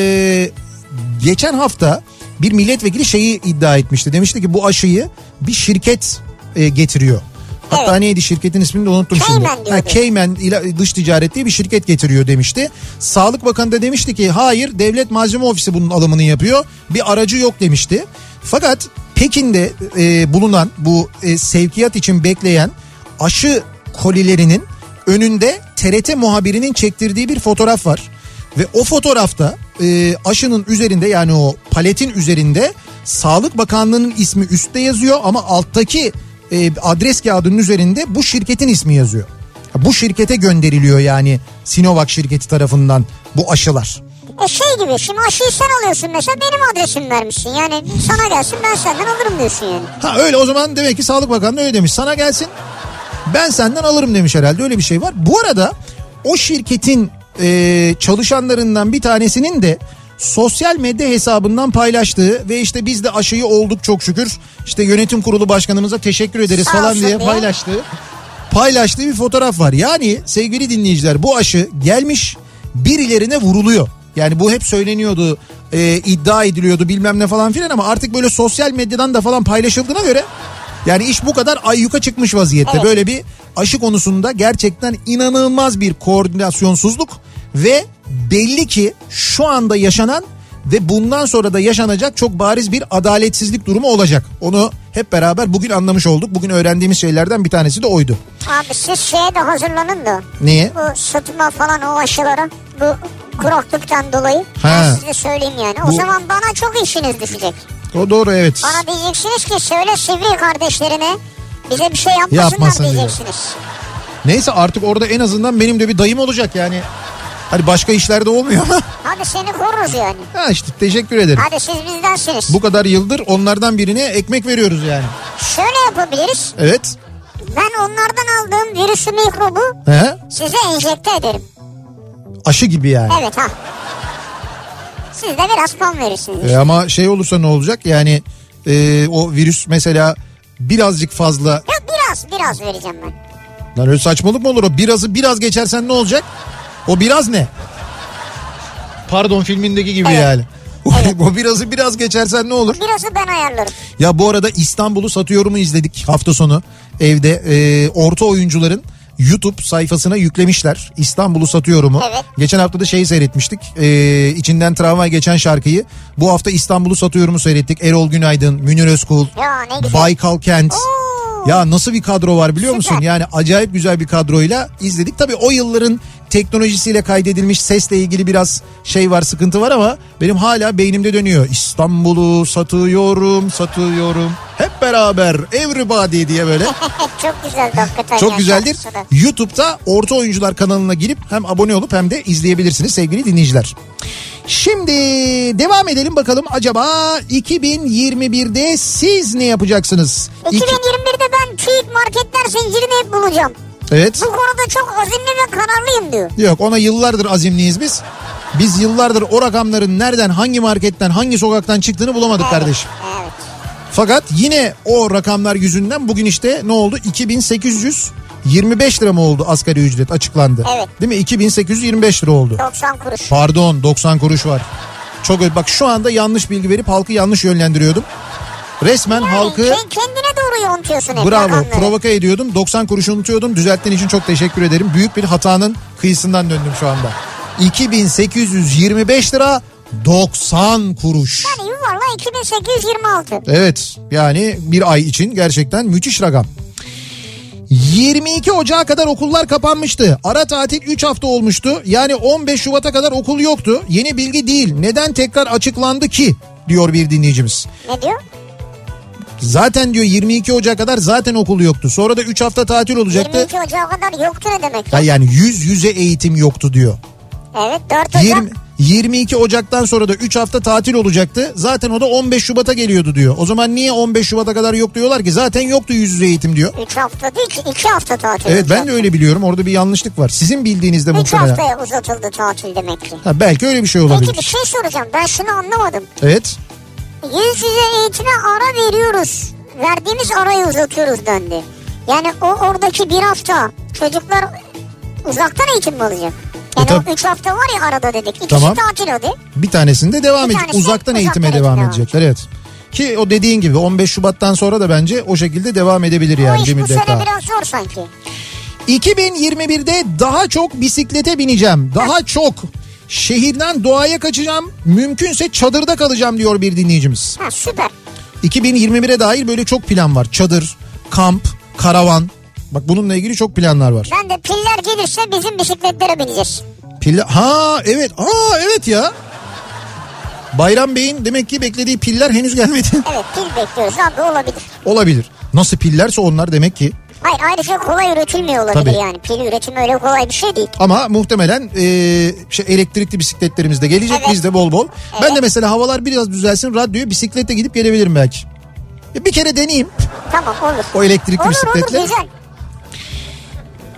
geçen hafta bir milletvekili şeyi iddia etmişti. Demişti ki bu aşıyı bir şirket getiriyor. Hatta evet. Neydi şirketin ismini de unuttum şimdi. Cayman Dış Ticaret diye bir şirket getiriyor demişti. Sağlık Bakanı da demişti ki hayır, Devlet Malzeme Ofisi bunun alımını yapıyor. Bir aracı yok demişti. Fakat Pekin'de bulunan bu sevkiyat için bekleyen aşı kolilerinin önünde TRT muhabirinin çektirdiği bir fotoğraf var. Ve o fotoğrafta aşının üzerinde, yani o paletin üzerinde Sağlık Bakanlığı'nın ismi üstte yazıyor ama alttaki adres kağıdının üzerinde bu şirketin ismi yazıyor. Bu şirkete gönderiliyor yani Sinovac şirketi tarafından bu aşılar. Şey gibi, şimdi aşıyı sen alıyorsun mesela, benim adresimi vermişsin. Yani sana gelsin, ben senden alırım diyorsun yani. Ha öyle, o zaman demek ki Sağlık Bakanlığı öyle demiş. Sana gelsin, Ben senden alırım demiş herhalde, öyle bir şey var. Bu arada o şirketin çalışanlarından bir tanesinin de sosyal medya hesabından paylaştığı ve işte biz de aşıyı olduk çok şükür, işte yönetim kurulu başkanımıza teşekkür ederiz falan diye paylaştığı bir fotoğraf var. Yani sevgili dinleyiciler, bu aşı gelmiş birilerine vuruluyor. Yani bu hep söyleniyordu, iddia ediliyordu bilmem ne falan filan, ama artık böyle sosyal medyadan da falan paylaşıldığına göre yani iş bu kadar ayyuka çıkmış vaziyette. Evet. Böyle bir aşı konusunda gerçekten inanılmaz bir koordinasyonsuzluk ve belli ki şu anda yaşanan ve bundan sonra da yaşanacak çok bariz bir adaletsizlik durumu olacak. Onu hep beraber bugün anlamış olduk. Bugün öğrendiğimiz şeylerden bir tanesi de oydu. Abi siz şeye de hazırlanın da. Neye? Bu sıtma falan, o aşılara. Bu kuraklıktan dolayı. Ben size söyleyeyim yani. O zaman bana çok işiniz düşecek. O doğru, evet. Bana diyeceksiniz ki söyle Sivri kardeşlerine bize bir şey yapmasınlar diyeceksiniz. Diyor. Neyse artık orada en azından benim de bir dayım olacak yani. Hani başka işlerde olmuyor ama. Hadi seni koruruz yani. Ha işte, teşekkür ederim. Hadi siz bizdensiniz. Bu kadar yıldır onlardan birine ekmek veriyoruz yani. Şöyle yapabiliriz. Evet. Ben onlardan aldığım virüsü, mikrobu size enjekte ederim. Aşı gibi yani. Evet ha. Siz de biraz kan verirsiniz. Ama şey olursa ne olacak? Yani o virüs mesela birazcık fazla. Yok, biraz vereceğim ben. Lan öyle saçmalık mı olur o? Biraz geçersen ne olacak? O biraz ne? Pardon, filmindeki gibi yani. Evet. O biraz geçersen ne olur? Birazı ben ayarlarım. Ya bu arada İstanbul'u Satıyorum'u izledik hafta sonu evde. Orta oyuncuların YouTube sayfasına yüklemişler İstanbul'u Satıyorum'u. Evet. Geçen hafta da şeyi seyretmiştik. İçinden tramvay geçen şarkıyı. Bu hafta İstanbul'u Satıyorum'u seyrettik. Erol Günaydın, Münir Özkul, Baykal Kent. Ya nasıl bir kadro var biliyor musun? Yani acayip güzel bir kadroyla izledik. Tabii o yılların teknolojisiyle kaydedilmiş sesle ilgili biraz şey var, sıkıntı var ama benim hala beynimde dönüyor. İstanbul'u satıyorum. Hep beraber everybody diye böyle. Çok güzel hakikaten. Çok güzeldir. YouTube'da Orta Oyuncular kanalına girip hem abone olup hem de izleyebilirsiniz sevgili dinleyiciler. Şimdi devam edelim bakalım, acaba 2021'de siz ne yapacaksınız? 2021'de ben TÜİK marketler zincirini hep bulacağım. Evet. Bu konuda çok azimli ve kararlıyım diyor. Yok, ona yıllardır azimliyiz biz. Biz yıllardır o rakamların nereden, hangi marketten, hangi sokaktan çıktığını bulamadık kardeşim. Evet. Fakat yine o rakamlar yüzünden bugün işte ne oldu? 2825 lira mı oldu asgari ücret açıklandı? Evet. Değil mi? 2825 lira oldu. 90 kuruş. Pardon, 90 kuruş var. Çok bak, şu anda yanlış bilgi verip halkı yanlış yönlendiriyordum. Resmen yani halkı kendine doğru yontuyorsun hep. Bravo, provoke ediyordum. 90 kuruşu unutuyordum. Düzelttiğin için çok teşekkür ederim. Büyük bir hatanın kıyısından döndüm şu anda. 2825 lira 90 kuruş. Yani yuvarla 2826. Evet, yani bir ay için gerçekten müthiş rakam. 22 Ocağı kadar okullar kapanmıştı. Ara tatil 3 hafta olmuştu. Yani 15 Şubat'a kadar okul yoktu. Yeni bilgi değil. Neden tekrar açıklandı ki? Diyor bir dinleyicimiz. Ne diyor? Zaten diyor 22 Ocak'a kadar zaten okul yoktu. Sonra da 3 hafta tatil olacaktı. 22 Ocak'a kadar yoktu ne demek? Yani yüz yüze eğitim yoktu diyor. Evet, 4 Ocak. 22 Ocak'tan sonra da 3 hafta tatil olacaktı. Zaten o da 15 Şubat'a geliyordu diyor. O zaman niye 15 Şubat'a kadar yok diyorlar ki? Zaten yoktu yüz yüze eğitim diyor. 3 hafta değil ki 2 hafta tatil. Evet, ben de öyle biliyorum. Orada bir yanlyüzlük var. Sizin bildiğinizde muhtemelen. 3 haftaya uzatıldı tatil demek ki. Ha, belki öyle bir şey olabilir. Peki bir şey soracağım. Ben şunu anlamadım. Evet. Yüz yüze eğitime ara veriyoruz. Verdiğimiz arayı uzatıyoruz dendi. Yani oradaki bir hafta çocuklar uzaktan eğitim mi alacak? Yani o 3 hafta var ya arada dedik. İkisi tatil hadi. Bir tanesinde devam edecek. Uzaktan eğitime devam edecekler. Evet. Ki o dediğin gibi 15 Şubat'tan sonra da bence o şekilde devam edebilir yani. O iş bu sene biraz zor sanki. 2021'de daha çok bisiklete bineceğim. Daha çok şehirden doğaya kaçacağım. Mümkünse çadırda kalacağım diyor bir dinleyicimiz. Ha, süper. 2021'e dair böyle çok plan var. Çadır, kamp, karavan. Bak bununla ilgili çok planlar var. Ben de piller gelirse bizim bisikletlere bineceğiz. Piller? Ha evet. Evet ya. Bayram Bey'in demek ki beklediği piller henüz gelmedi. Evet, pil bekliyoruz abi, olabilir. Olabilir. Nasıl pillerse onlar demek ki. Hayır, ayrıca kolay üretilmiyor olabilir. Tabii. Yani pil üretimi öyle kolay bir şey değil. Ama muhtemelen elektrikli bisikletlerimiz de gelecek, evet. Biz de bol bol. Evet. Ben de mesela havalar biraz düzelsin, radyoya bisikletle gidip gelebilirim belki. Bir kere deneyeyim. Tamam, olur. O elektrikli bisikletle. Olur güzel.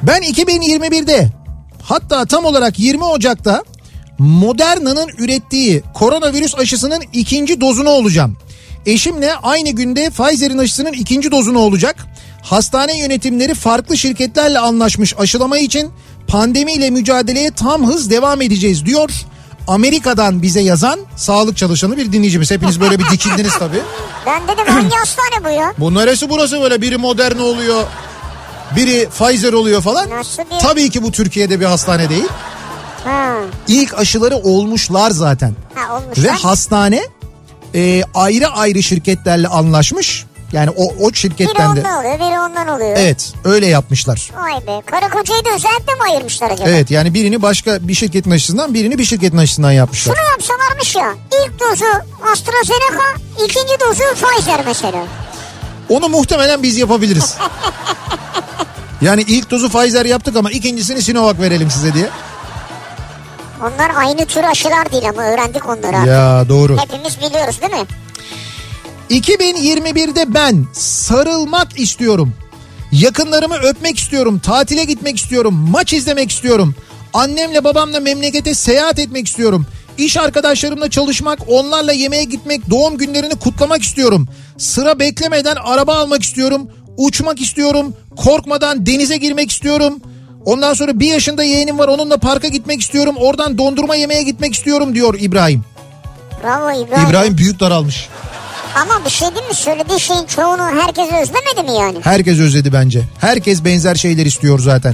Ben 2021'de hatta tam olarak 20 Ocak'ta Moderna'nın ürettiği koronavirüs aşısının 2. dozunu olacağım. Eşimle aynı günde Pfizer'in aşısının 2. dozunu olacak. Hastane yönetimleri farklı şirketlerle anlaşmış aşılama için, pandemiyle mücadeleye tam hız devam edeceğiz diyor. Amerika'dan bize yazan sağlık çalışanı bir dinleyicimiz. Hepiniz böyle bir dikildiniz tabii. Ben dedim hangi hastane bu ya? Bu neresi burası böyle, biri Moderna oluyor, biri Pfizer oluyor falan. Nasıl bir... Tabii ki bu Türkiye'de bir hastane değil. İlk aşıları olmuşlar zaten. Olmuşlar. Ve hastane ayrı ayrı şirketlerle anlaşmış. Yani o şirketten de. Biri ondan oluyor, biri ondan oluyor. Evet, öyle yapmışlar. Vay be, karı kocayı da özellikle mi ayırmışlar acaba? Evet, yani birini başka bir şirketin aşısından, birini bir şirketin aşısından yapmışlar. Şunu yapsalarmış ya, ilk dozu AstraZeneca, ikinci dozu Pfizer mesela. Onu muhtemelen biz yapabiliriz. Yani ilk dozu Pfizer yaptık ama ikincisini Sinovac verelim size diye. Onlar aynı tür aşılar değil ama öğrendik onları artık. Ya doğru. Hepimiz biliyoruz değil mi? 2021'de ben sarılmak istiyorum. Yakınlarımı öpmek istiyorum. Tatile gitmek istiyorum. Maç izlemek istiyorum. Annemle babamla memlekete seyahat etmek istiyorum. İş arkadaşlarımla çalışmak, onlarla yemeğe gitmek, doğum günlerini kutlamak istiyorum. Sıra beklemeden araba almak istiyorum. Uçmak istiyorum. Korkmadan denize girmek istiyorum. Ondan sonra 1 yaşında yeğenim var, onunla parka gitmek istiyorum. Oradan dondurma yemeye gitmek istiyorum diyor İbrahim. Bravo İbrahim. İbrahim büyük daralmış. Ama bir şey değil mi? Söylediği şeyin çoğunu herkes özlemedi mi yani? Herkes özledi bence. Herkes benzer şeyler istiyor zaten.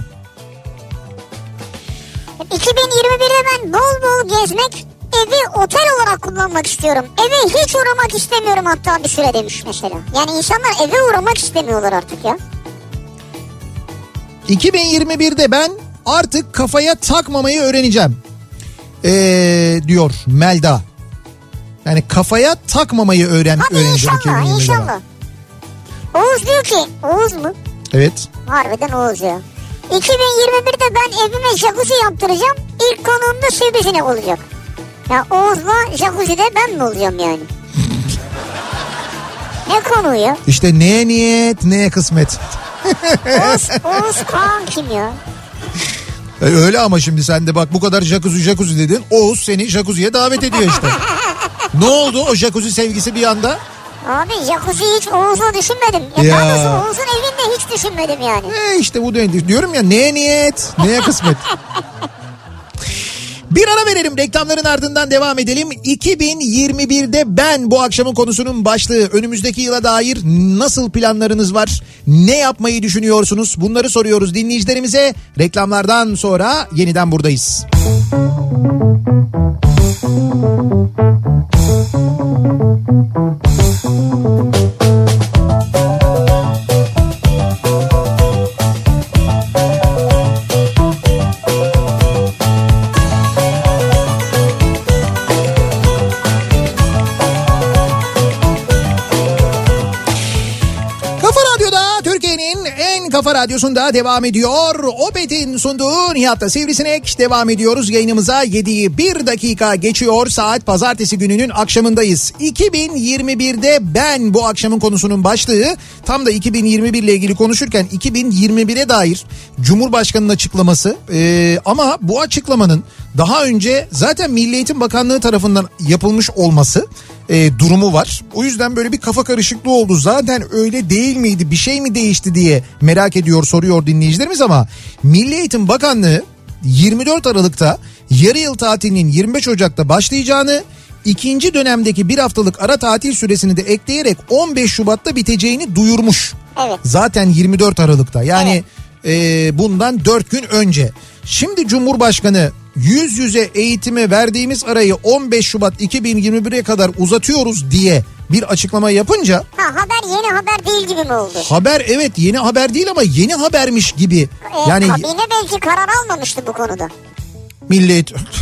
2021'de ben bol bol gezmek, evi otel olarak kullanmak istiyorum. Eve hiç uğramak istemiyorum hatta bir süre demiş mesela. Yani insanlar eve uğramak istemiyorlar artık ya. 2021'de ben artık kafaya takmamayı öğreneceğim. Diyor Melda. Yani kafaya takmamayı öğreneceğim. İnşallah, inşallah. Oğuz diyor ki, Oğuz mu? Evet. Harbiden Oğuz ya. 2021'de ben evime jacuzzi yaptıracağım. İlk konuğum da sivrisinek olacak. Ya Oğuz'la jacuzzi'de ben mi olacağım yani? Ne konu ya? İşte neye niyet, neye kısmet. Oğuz Kaan kim ya? Öyle ama şimdi sen de bak bu kadar jacuzzi dedin. Oğuz seni jacuzziye davet ediyor işte. Ne oldu o jacuzzi sevgisi bir anda? Abi jacuzziyi hiç Oğuz'la düşünmedim. Daha doğrusu Oğuz'un evinde hiç düşünmedim yani. İşte bu diyorum ya, neye niyet, neye kısmet. Bir ara verelim, reklamların ardından devam edelim. 2021'de ben bu akşamın konusunun başlığı. Önümüzdeki yıla dair nasıl planlarınız var? Ne yapmayı düşünüyorsunuz? Bunları soruyoruz dinleyicilerimize. Reklamlardan sonra yeniden buradayız. Kafa Radyosu'nda devam ediyor. Opet'in sunduğu Nihat'la Sivrisinek devam ediyoruz. Yayınımıza 7'yi 1 dakika geçiyor. Saat pazartesi gününün akşamındayız. 2021'de ben bu akşamın konusunun başlığı. Tam da 2021 ile ilgili konuşurken 2021'e dair Cumhurbaşkanı'nın açıklaması. Ama bu açıklamanın daha önce zaten Milli Eğitim Bakanlığı tarafından yapılmış olması durumu var. O yüzden böyle bir kafa karışıklığı oldu. Zaten öyle değil miydi, bir şey mi değişti diye merak ediyor, soruyor dinleyicilerimiz ama Milli Eğitim Bakanlığı 24 Aralık'ta yarı yıl tatilinin 25 Ocak'ta başlayacağını, ikinci dönemdeki bir haftalık ara tatil süresini de ekleyerek 15 Şubat'ta biteceğini duyurmuş. Evet. Zaten 24 Aralık'ta yani bundan 4 gün önce. Şimdi Cumhurbaşkanı yüz yüze eğitime verdiğimiz arayı 15 Şubat 2021'e kadar uzatıyoruz diye bir açıklama yapınca... haber yeni haber değil gibi mi oldu? Haber evet yeni haber değil ama yeni habermiş gibi. Yani kabine belki karar almamıştı bu konuda. Milli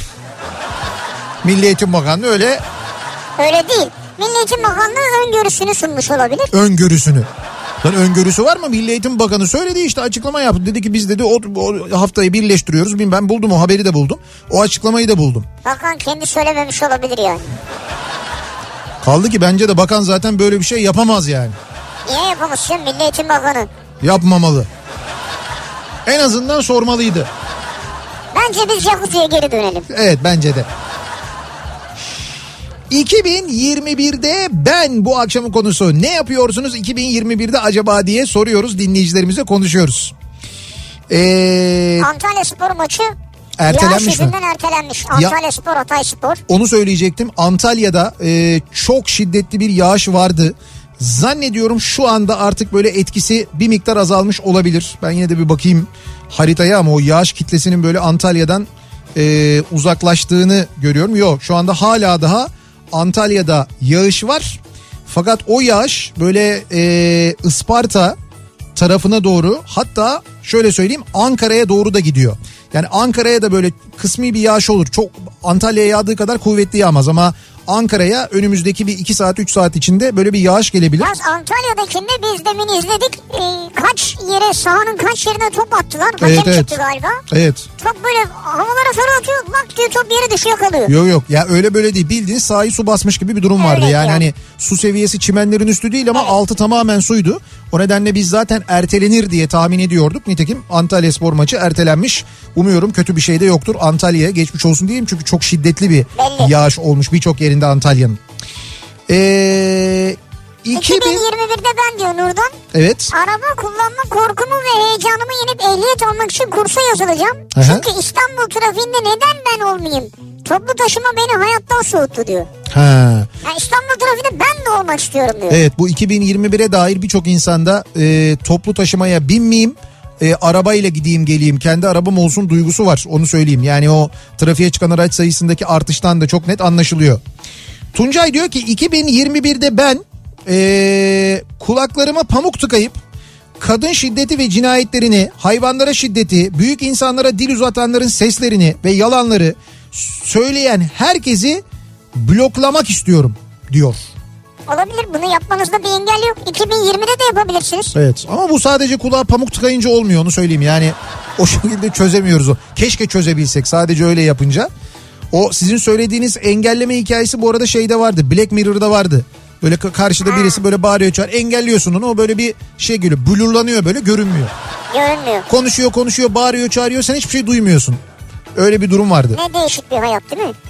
Eğitim Bakanlığı öyle... Öyle değil. Milli Eğitim Bakanlığı öngörüsünü sunmuş olabilir. Öngörüsünü. Lan öngörüsü var mı? Milli Eğitim Bakanı söyledi işte, açıklama yaptı. Dedi ki biz dedi o haftayı birleştiriyoruz. Ben buldum, o haberi de buldum. O açıklamayı da buldum. Bakan kendi söylememiş olabilir yani. Kaldı ki bence de bakan zaten böyle bir şey yapamaz yani. Niye yapamazsın? Milli Eğitim Bakanı. Yapmamalı. En azından sormalıydı. Bence biz jacuzziye geri dönelim. Evet, bence de. 2021'de ben bu akşamın konusu. Ne yapıyorsunuz 2021'de acaba diye soruyoruz, dinleyicilerimize konuşuyoruz. Antalya Spor maçı ertelenmiş yağış yüzünden ertelenmiş. Antalya Spor, Hatay Spor. Onu söyleyecektim. Antalya'da çok şiddetli bir yağış vardı. Zannediyorum şu anda artık böyle etkisi bir miktar azalmış olabilir. Ben yine de bir bakayım haritaya, ama o yağış kitlesinin böyle Antalya'dan uzaklaştığını görüyorum. Yok, şu anda hala daha Antalya'da yağış var. Fakat o yağış böyle Isparta tarafına doğru, hatta şöyle söyleyeyim, Ankara'ya doğru da gidiyor. Yani Ankara'ya da böyle kısmi bir yağış olur. Çok Antalya'ya yağdığı kadar kuvvetli yağmaz ama Ankara'ya önümüzdeki bir 2 saat 3 saat içinde böyle bir yağış gelebilir. Yalnız Antalya'dakinde biz demin izledik. Kaç yere, sahanın kaç yerine top attılar. Hakem çıktı galiba. Evet. Top böyle havalara sonra atıyor. Bak diyor, top yere düşüyor kalıyor. Yok ya, öyle böyle değil. Bildiğiniz sahayı su basmış gibi bir durum vardı. Yani hani su seviyesi çimenlerin üstü değil ama altı tamamen suydu. O nedenle biz zaten ertelenir diye tahmin ediyorduk. Nitekim Antalya Spor maçı ertelenmiş. Umuyorum kötü bir şey de yoktur. Antalya'ya geçmiş olsun diyeyim, çünkü çok şiddetli bir yağış olmuş birçok yerinde Antalya'nın. 2021'de ben diyor Nurdan. Evet. Araba kullanma korkumu ve heyecanımı yenip ehliyet almak için kursa yazılacağım. Aha. Çünkü İstanbul trafiğinde neden ben olmayayım? Toplu taşıma beni hayattan soğuttu diyor. Ha. Yani İstanbul trafiğinde ben de olmak istiyorum diyor. Evet, bu 2021'e dair birçok insanda toplu taşımaya binmeyeyim, arabayla gideyim geleyim, kendi arabam olsun duygusu var, onu söyleyeyim. Yani o trafiğe çıkan araç sayısındaki artıştan da çok net anlaşılıyor. Tuncay diyor ki 2021'de ben kulaklarıma pamuk tıkayıp kadın şiddeti ve cinayetlerini, hayvanlara şiddeti, büyük insanlara dil uzatanların seslerini ve yalanları söyleyen herkesi bloklamak istiyorum diyor. Olabilir, bunu yapmanızda bir engel yok. 2020'de de yapabilirsiniz. Evet, ama bu sadece kulağa pamuk tıkayınca olmuyor, onu söyleyeyim. Yani o şekilde çözemiyoruz o. Keşke çözebilsek sadece öyle yapınca. O sizin söylediğiniz engelleme hikayesi bu arada şeyde vardı, Black Mirror'da vardı. Böyle karşıda birisi böyle bağırıyor çağır, engelliyorsun onu, o böyle bir şey geliyor, blurlanıyor, böyle görünmüyor. Konuşuyor bağırıyor çağırıyor, sen hiçbir şey duymuyorsun. Öyle bir durum vardı. Ne değişik bir hayat değil mi?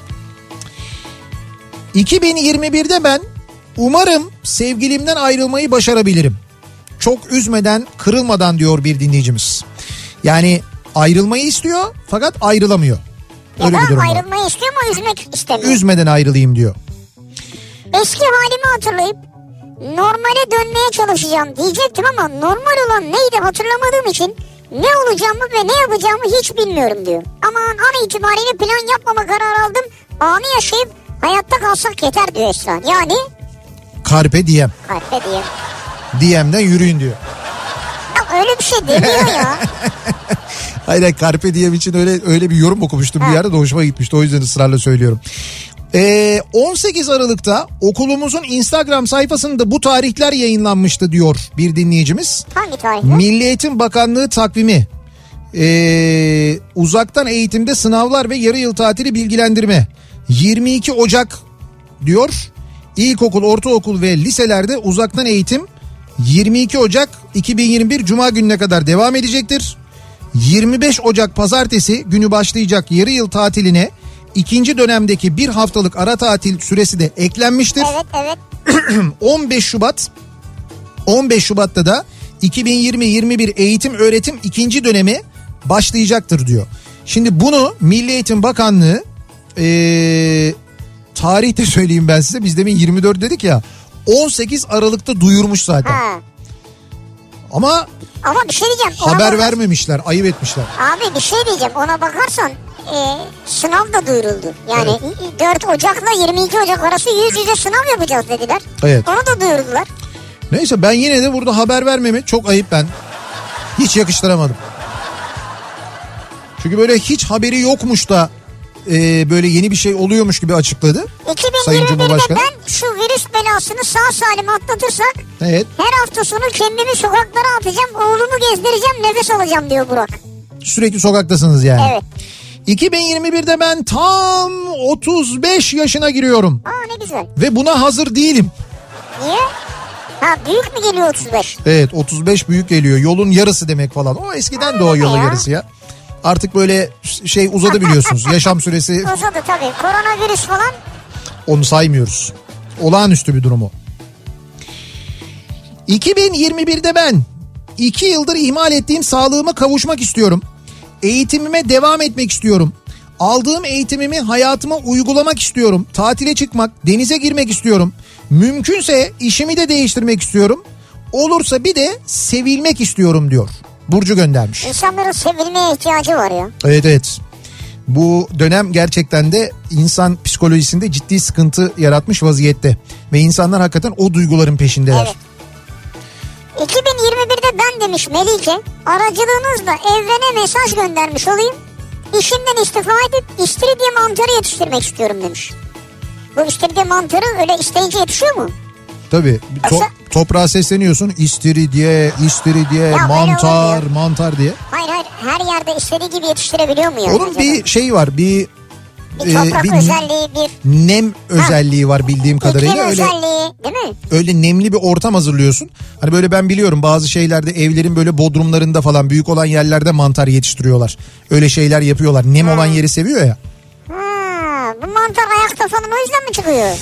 2021'de ben umarım sevgilimden ayrılmayı başarabilirim. Çok üzmeden, kırılmadan diyor bir dinleyicimiz. Yani ayrılmayı istiyor fakat ayrılamıyor. Öyle ya bir durum var. Ayrılmayı istiyor ama üzmek istemiyor. Üzmeden ayrılayım diyor. Eski halimi hatırlayıp normale dönmeye çalışacağım diyecektim ama normal olan neydi hatırlamadığım için ne olacağımı ve ne yapacağımı hiç bilmiyorum diyor. Ama an itibariyle plan yapmama kararı aldım. Anı yaşayıp hayatta kalsak yeter diyor Esra. Yani Carpe diem. Carpe diem. Diem'den yürüyün diyor. Ya öyle bir şey demiyor ya. Hayır, Carpe diem için öyle bir yorum okumuştum bir yerde de hoşuma gitmişti. O yüzden ısrarla söylüyorum. 18 Aralık'ta okulumuzun Instagram sayfasında bu tarihler yayınlanmıştı diyor bir dinleyicimiz. Hangi tarihler? Milli Eğitim Bakanlığı takvimi. Uzaktan eğitimde sınavlar ve yarı yıl tatili bilgilendirme. 22 Ocak diyor. İlkokul, ortaokul ve liselerde uzaktan eğitim 22 Ocak 2021 Cuma gününe kadar devam edecektir. 25 Ocak Pazartesi günü başlayacak yarı yıl tatiline ikinci dönemdeki bir haftalık ara tatil süresi de eklenmiştir. Evet. 15 Şubat'ta da 2020-21 eğitim öğretim ikinci dönemi başlayacaktır diyor. Şimdi bunu Milli Eğitim Bakanlığı tarihte söyleyeyim ben size, biz demin 24 dedik ya, 18 Aralık'ta duyurmuş zaten. Ha. Ama bir şey diyeceğim. Haber vermemişler, ayıp etmişler. Abi bir şey diyeceğim, ona bakarsan sınav da duyuruldu. Yani 4 Ocak'la 22 Ocak arası yüz yüze sınav yapacağız dediler. Evet. Onu da duyurdular. Neyse, ben yine de burada haber vermemek çok ayıp, ben hiç yakıştıramadım. Çünkü böyle hiç haberi yokmuş da böyle yeni bir şey oluyormuş gibi açıkladı. 2021'de ben şu virüs belasını sağ salim atlatırsak evet, her hafta sonu kendimi sokaklara atacağım, oğlumu gezdireceğim, nefes alacağım diyor Burak. Sürekli sokaktasınız yani. Evet. 2021'de ben tam 35 yaşına giriyorum. Ne güzel. Ve buna hazır değilim. Niye? Ha büyük mü geliyor 35? Evet 35 büyük geliyor. Yolun yarısı demek falan. O eskiden de o yolun yarısı ya. Artık böyle şey uzadı biliyorsunuz. Yaşam süresi. Uzadı tabii. Koronavirüs falan. Onu saymıyoruz. Olağanüstü bir durumu. 2021'de ben 2 yıldır ihmal ettiğim sağlığıma kavuşmak istiyorum. Eğitimime devam etmek istiyorum. Aldığım eğitimimi hayatıma uygulamak istiyorum. Tatile çıkmak, denize girmek istiyorum. Mümkünse işimi de değiştirmek istiyorum. Olursa bir de sevilmek istiyorum diyor. Burcu göndermiş. İnsanların sevilmeye ihtiyacı var ya. Evet. Bu dönem gerçekten de insan psikolojisinde ciddi sıkıntı yaratmış vaziyette. Ve insanlar hakikaten o duyguların peşindeler. Evet. 2021'de ben demiş Melike, aracılığınızla evrene mesaj göndermiş olayım. İşimden istifa edip istiridye mantarı yetiştirmek istiyorum demiş. Bu istiridye mantarı öyle isteyince yetişiyor mu? Tabii. Toprağa sesleniyorsun. İstiridye, Ya mantar diye. Hayır her yerde istediği gibi yetiştirebiliyor mu ya? Onun acaba? bir şeyi var. Bir toprak özelliği, bir nem özelliği var bildiğim kadarıyla. İklim Öyle özelliği değil mi? Öyle nemli bir ortam hazırlıyorsun. Hani böyle ben biliyorum bazı şeylerde evlerin böyle bodrumlarında falan büyük olan yerlerde mantar yetiştiriyorlar. Öyle şeyler yapıyorlar. Nem olan yeri seviyor ya. Bu mantar ayakta falan o yüzden mi çıkıyor?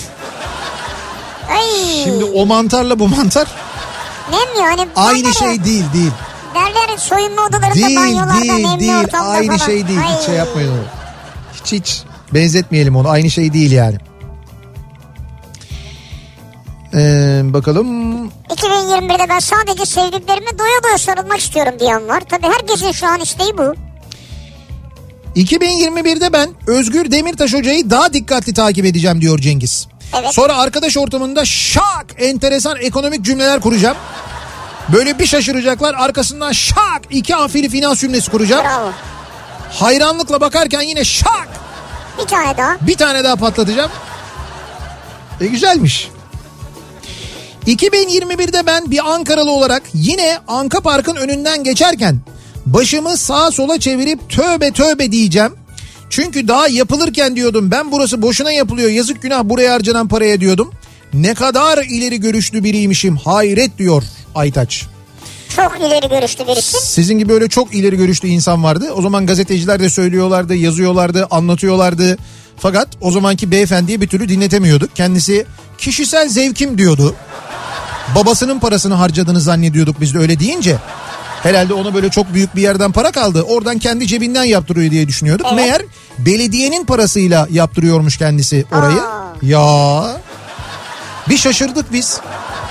Ay. Şimdi o mantarla bu mantar nem ya hani aynı şey değil. Derler soyunma odalarında banyolarda nemli ortamda aynı falan. şey değil. Ay. Hiç şey yapmayın onu. Hiç benzetmeyelim onu. Aynı şey değil yani. Bakalım. 2021'de ben sadece sevdiklerime doya doya sarılmak istiyorum diyen var. Tabii herkesin şu an isteği bu. 2021'de ben Özgür Demirtaş hocayı daha dikkatli takip edeceğim diyor Cengiz. Evet. Sonra arkadaş ortamında şak enteresan ekonomik cümleler kuracağım. Böyle bir şaşıracaklar, arkasından şak 2 amfili finans cümlesi kuracağım. Bravo. Hayranlıkla bakarken yine şak bir tane daha patlatacağım. Güzelmiş. 2021'de ben bir Ankaralı olarak yine Anka Park'ın önünden geçerken başımı sağa sola çevirip tövbe tövbe diyeceğim. Çünkü daha yapılırken diyordum ben burası boşuna yapılıyor, yazık günah buraya harcanan paraya diyordum. Ne kadar ileri görüşlü biriymişim, hayret diyor Aytaç. Çok ileri görüşlü birisi. Sizin gibi öyle çok ileri görüşlü insan vardı. O zaman gazeteciler de söylüyorlardı, yazıyorlardı, anlatıyorlardı. Fakat o zamanki beyefendiye bir türlü dinletemiyorduk. Kendisi kişisel zevkim diyordu. Babasının parasını harcadığını zannediyorduk biz de öyle deyince. Herhalde ona böyle çok büyük bir yerden para kaldı. Oradan kendi cebinden yaptırıyor diye düşünüyorduk. Evet. Meğer belediyenin parasıyla yaptırıyormuş kendisi orayı. Ya bir şaşırdık biz.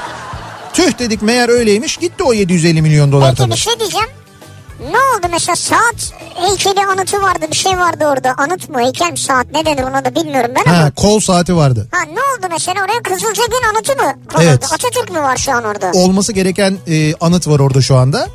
Tüh dedik, meğer öyleymiş. Gitti o 750 milyon dolar tabii. Peki bir şey diyeceğim. Ne oldu mesela, saat heykeli anıtı vardı, bir şey vardı orada. Anıt mı, heykel mi, saat ne denir ona da bilmiyorum ben ama. Kol saati vardı. Ne oldu mesela, oraya Kızılcagün anıtı mı konuldu? Evet. Atatürk mü var şu an orada? Olması gereken anıt var orada şu anda.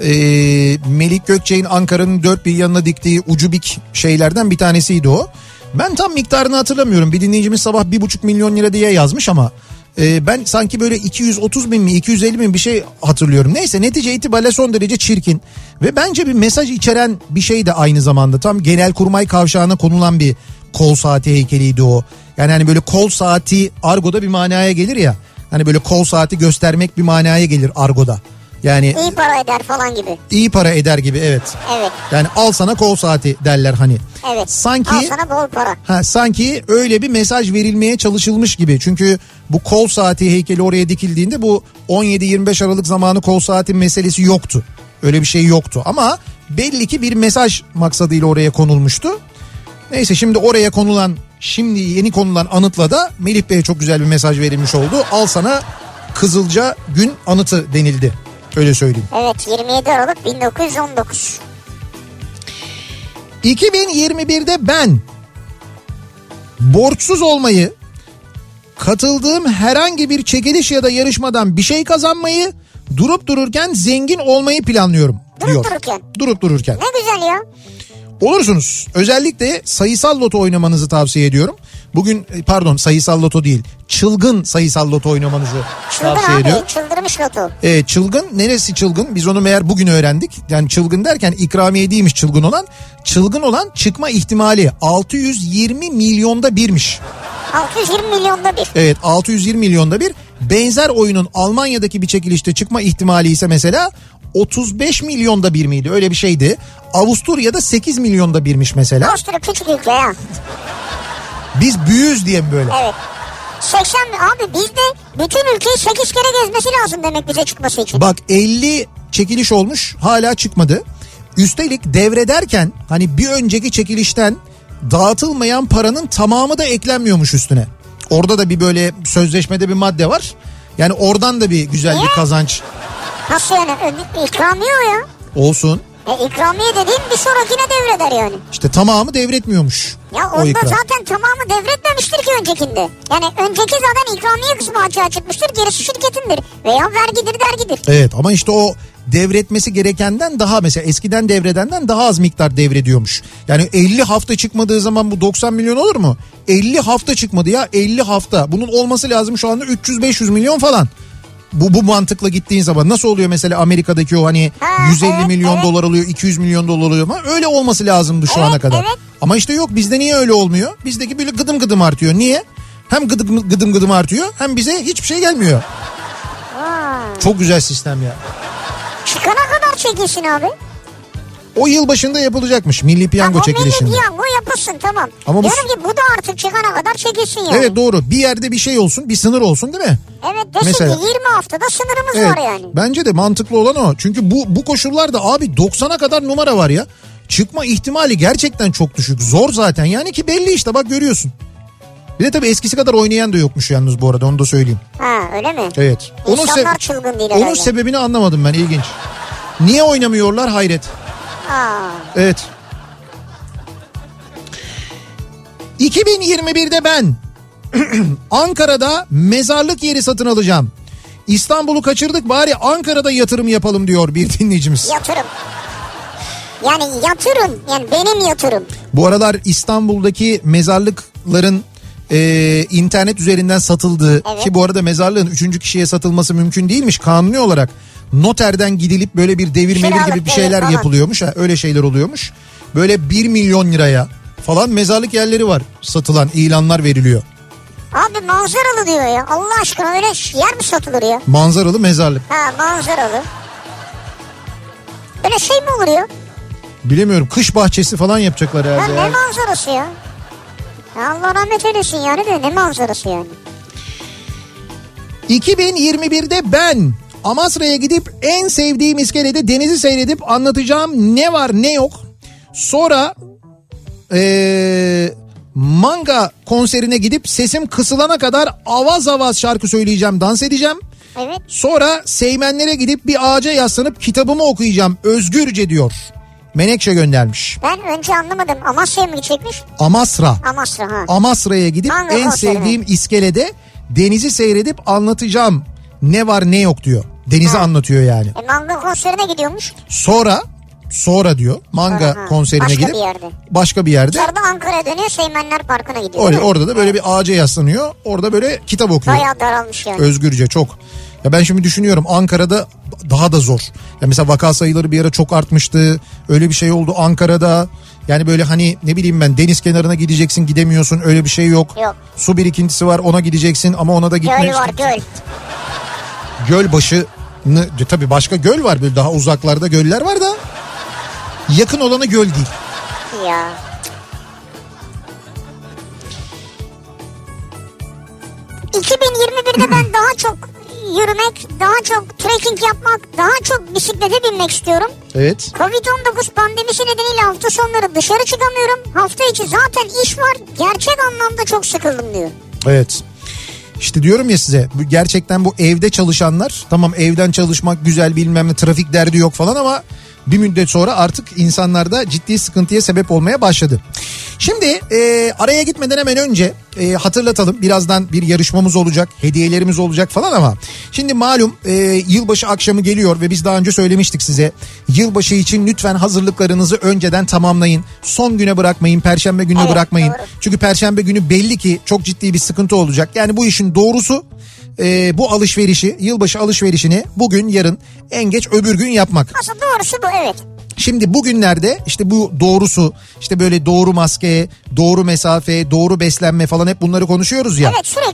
Melik Gökçek'in Ankara'nın dört bir yanına diktiği ucubik şeylerden bir tanesiydi o. Ben tam miktarını hatırlamıyorum. Bir dinleyicimiz sabah 1,5 milyon lira diye yazmış ama ben sanki böyle 230 bin mi 250 bin bir şey hatırlıyorum. Neyse, netice itibariyle son derece çirkin ve bence bir mesaj içeren bir şey de aynı zamanda. Tam Genelkurmay kavşağına konulan bir kol saati heykeliydi o. Yani hani böyle kol saati argoda bir manaya gelir ya. Hani böyle kol saati göstermek bir manaya gelir argoda. Yani İyi para eder falan gibi. İyi para eder gibi, evet. Evet. Yani al sana kol saati derler hani. Evet. Sanki, al sana bol para. Sanki öyle bir mesaj verilmeye çalışılmış gibi. Çünkü bu kol saati heykeli oraya dikildiğinde bu 17-25 Aralık zamanı kol saati meselesi yoktu. Öyle bir şey yoktu ama belli ki bir mesaj maksadıyla oraya konulmuştu. Neyse, şimdi oraya konulan, şimdi yeni konulan anıtla da Melih Bey'e çok güzel bir mesaj verilmiş oldu. Al sana Kızılcagün anıtı denildi. Öyle söyleyeyim. Evet, 27 Aralık 1919. 2021'de ben borçsuz olmayı, katıldığım herhangi bir çekiliş ya da yarışmadan bir şey kazanmayı, durup dururken zengin olmayı planlıyorum diyor. Durup dururken. Ne güzel ya. Olursunuz. Özellikle sayısal loto oynamanızı tavsiye ediyorum. Bugün sayısal loto değil, çılgın sayısal loto oynamanızı tavsiye ediyorum. Çıldırmış loto. Çılgın, neresi çılgın? Biz onu meğer bugün öğrendik. Yani çılgın derken ikramiye değilmiş çılgın olan. Çılgın olan çıkma ihtimali 620 milyonda birmiş. 620 milyonda bir. Evet, 620 milyonda bir benzer oyunun Almanya'daki bir çekilişte çıkma ihtimali ise mesela 35 milyonda bir miydi? Öyle bir şeydi. Avusturya'da 8 milyonda birmiş mesela. Avusturya küçük ülke ya. Biz büyüğüz diye mi böyle? Evet. 80 abi bizde bütün ülkeyi 8 kere gezmesi lazım demek bize çıkması için. Bak 50 çekiliş olmuş, hala çıkmadı. Üstelik devrederken hani bir önceki çekilişten dağıtılmayan paranın tamamı da eklenmiyormuş üstüne. Orada da bir böyle sözleşmede bir madde var. Yani oradan da bir güzel bir kazanç. Nasıl yani? İkramiye o ya. Olsun. İkramiye dediğin bir sonrakine devreder yani. İşte tamamı devretmiyormuş. Ya onda zaten tamamı devretmemiştir ki öncekinde. Yani önceki zaten ikramiye kısmı açığa çıkmıştır. Gerisi şirketindir. Veya vergidir dergidir. Evet ama işte o devretmesi gerekenden daha, mesela eskiden devredenden daha az miktar devrediyormuş. Yani 50 hafta çıkmadığı zaman bu 90 milyon olur mu? 50 hafta çıkmadı ya, 50 hafta. Bunun olması lazım şu anda 300-500 milyon falan. Bu mantıkla gittiğin zaman nasıl oluyor mesela Amerika'daki o hani 150 milyon dolar oluyor, 200 milyon dolar oluyor ama öyle olması lazımdı şu ana kadar. Evet. Ama işte yok, bizde niye öyle olmuyor? Bizdeki böyle gıdım gıdım artıyor. Niye? Hem gıdım gıdım artıyor hem bize hiçbir şey gelmiyor. Çok güzel sistem ya. Çıkana kadar çekilsin abi. O yıl başında yapılacakmış Milli Piyango çekilişinde. Milli Piyango yapılsın tamam. Ama diyorum ki bu da artık çıkana kadar çekilsin yani. Evet doğru, bir yerde bir şey olsun, bir sınır olsun değil mi? Evet desin mesela, ki 20 haftada sınırımız var yani. Bence de mantıklı olan o. Çünkü bu koşullarda abi 90'a kadar numara var ya. Çıkma ihtimali gerçekten çok düşük. Zor zaten yani, ki belli işte bak görüyorsun. Bir de tabii eskisi kadar oynayan da yokmuş yalnız bu arada, onu da söyleyeyim. Ha öyle mi? Evet. İnsanlar çılgın değil herhalde. Onun sebebini anlamadım ben, ilginç. Niye oynamıyorlar, hayret. Evet. 2021'de ben Ankara'da mezarlık yeri satın alacağım. İstanbul'u kaçırdık, bari Ankara'da yatırım yapalım diyor bir dinleyicimiz. Yatırım. Yani yatırım, yani benim yatırım. Bu aralar İstanbul'daki mezarlıkların internet üzerinden satıldığı, ki bu arada mezarlığın 3. kişiye satılması mümkün değilmiş kanuni olarak. Noterden gidilip böyle bir devir mevir gibi bir şeyler yapılıyormuş. Öyle şeyler oluyormuş. Böyle 1 milyon liraya falan mezarlık yerleri var, satılan, ilanlar veriliyor. Abi manzaralı diyor ya, Allah aşkına öyle yer mi satılır ya? Manzaralı mezarlık. Ha manzaralı. Öyle şey mi olur ya? Bilemiyorum, kış bahçesi falan yapacaklar herhalde. Ne manzarası ya? Allah rahmet eylesin yani, de ne manzarası yani? 2021'de ben Amasra'ya gidip en sevdiğim iskelede denizi seyredip anlatacağım ne var ne yok. Sonra manga konserine gidip sesim kısılana kadar avaz avaz şarkı söyleyeceğim, dans edeceğim. Evet. Sonra Seymenlere gidip bir ağaca yaslanıp kitabımı okuyacağım özgürce diyor. Menekşe göndermiş. Ben önce anlamadım. Amasya'ya mı gidecekmiş? Amasra. Amasra ha. Amasra'ya gidip manga en konserine. sevdiğim iskelede denizi seyredip anlatacağım ne var ne yok diyor. Denizi anlatıyor yani. Manga konserine gidiyormuş. Sonra diyor manga konserine başka gidip bir yerde. Başka bir yerde. Sonra da Ankara'ya dönüyor, Seymenler Parkı'na gidiyor. Orada da böyle bir ağaca yaslanıyor. Orada böyle kitap okuyor. Bayağı daralmış yani. Özgürce çok. Ya ben şimdi düşünüyorum, Ankara'da daha da zor. Ya mesela vaka sayıları bir ara çok artmıştı. Öyle bir şey oldu Ankara'da. Yani böyle hani ne bileyim ben, deniz kenarına gideceksin, gidemiyorsun, öyle bir şey yok. Yok. Su birikintisi var, ona gideceksin ama ona da gitmek. Göl var, göl. Göl başını, tabii başka göl var, böyle daha uzaklarda göller var da yakın olanı göl değil. Ya. ...2021'de ben daha çok yürümek, daha çok trekking yapmak, daha çok bisiklete binmek istiyorum. Evet. Covid-19 pandemisi nedeniyle hafta sonları dışarı çıkamıyorum. Hafta içi zaten iş var. Gerçek anlamda çok sıkıldım diyor. Evet. İşte diyorum ya size, gerçekten bu evde çalışanlar, tamam evden çalışmak güzel, bilmem ne, trafik derdi yok falan ama bir müddet sonra artık insanlarda ciddi sıkıntıya sebep olmaya başladı. Şimdi araya gitmeden hemen önce hatırlatalım, birazdan bir yarışmamız olacak, hediyelerimiz olacak falan ama şimdi malum yılbaşı akşamı geliyor ve biz daha önce söylemiştik size, yılbaşı için lütfen hazırlıklarınızı önceden tamamlayın, son güne bırakmayın, perşembe gününe bırakmayın. Doğru. Çünkü perşembe günü belli ki çok ciddi bir sıkıntı olacak. Yani bu işin doğrusu bu alışverişi, yılbaşı alışverişini bugün, yarın, en geç öbür gün yapmak. Aslında doğrusu bu, evet. Şimdi bugünlerde işte bu doğrusu, işte böyle doğru maske, doğru mesafe, doğru beslenme falan, hep bunları konuşuyoruz ya. Evet, sürekli bunu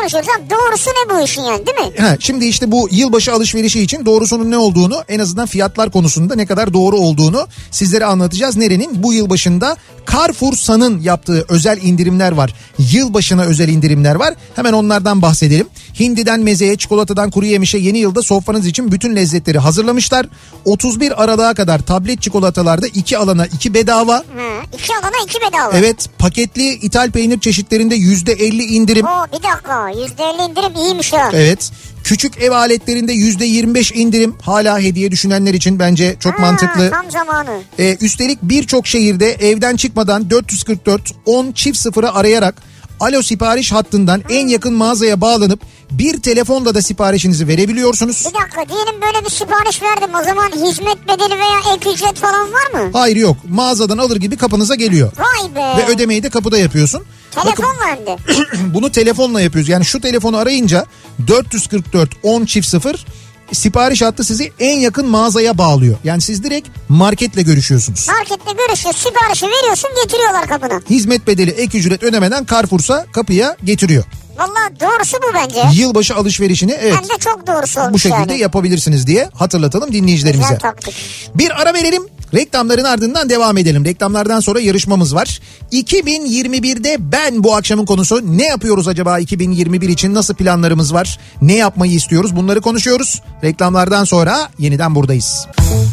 konuşuyoruz abi. Doğrusu ne bu işin yani, değil mi? Şimdi işte bu yılbaşı alışverişi için doğrusunun ne olduğunu, en azından fiyatlar konusunda ne kadar doğru olduğunu sizlere anlatacağız. Nerenin? Bu yılbaşında Carrefour'un yaptığı özel indirimler var. Yılbaşına özel indirimler var. Hemen onlardan bahsedelim. Hindiden mezeye, çikolatadan kuru yemişe yeni yılda sofranız için bütün lezzetleri hazırlamışlar. 31 Aralık'a kadar tablet çikolatalarda 2 alana 2 bedava. 2 alana 2 bedava. Evet, paketli ithal peynir çeşitlerinde %50 indirim. Bir dakika, %50 indirim iyiymiş ya. Evet. Küçük ev aletlerinde %25 indirim. Hala hediye düşünenler için bence çok mantıklı. Tam zamanı. Üstelik birçok şehirde evden çıkmadan 444 10 çift sıfırı arayarak Alo sipariş hattından en yakın mağazaya bağlanıp bir telefonla da siparişinizi verebiliyorsunuz. Bir dakika, diyelim böyle bir sipariş verdim, o zaman hizmet bedeli veya ek ücret falan var mı? Hayır, yok. Mağazadan alır gibi kapınıza geliyor. Vay be. Ve ödemeyi de kapıda yapıyorsun. Telefonla hem de. Bunu telefonla yapıyoruz. Yani şu telefonu arayınca 444 10 çift sıfır sipariş hattı sizi en yakın mağazaya bağlıyor. Yani siz direkt marketle görüşüyorsunuz. Marketle görüşüyorsun, siparişi veriyorsun, getiriyorlar kapına. Hizmet bedeli, ek ücret ödemeden Carrefour'sa kapıya getiriyor. Vallahi doğrusu bu bence. Yılbaşı alışverişini Hem de çok doğrusu olmuş bu şekilde yapabilirsiniz diye hatırlatalım dinleyicilerimize. Güzel taktik. Bir ara verelim. Reklamların ardından devam edelim. Reklamlardan sonra yarışmamız var. 2021'de ben bu akşamın konusu. Ne yapıyoruz acaba 2021 için? Nasıl planlarımız var? Ne yapmayı istiyoruz? Bunları konuşuyoruz. Reklamlardan sonra yeniden buradayız.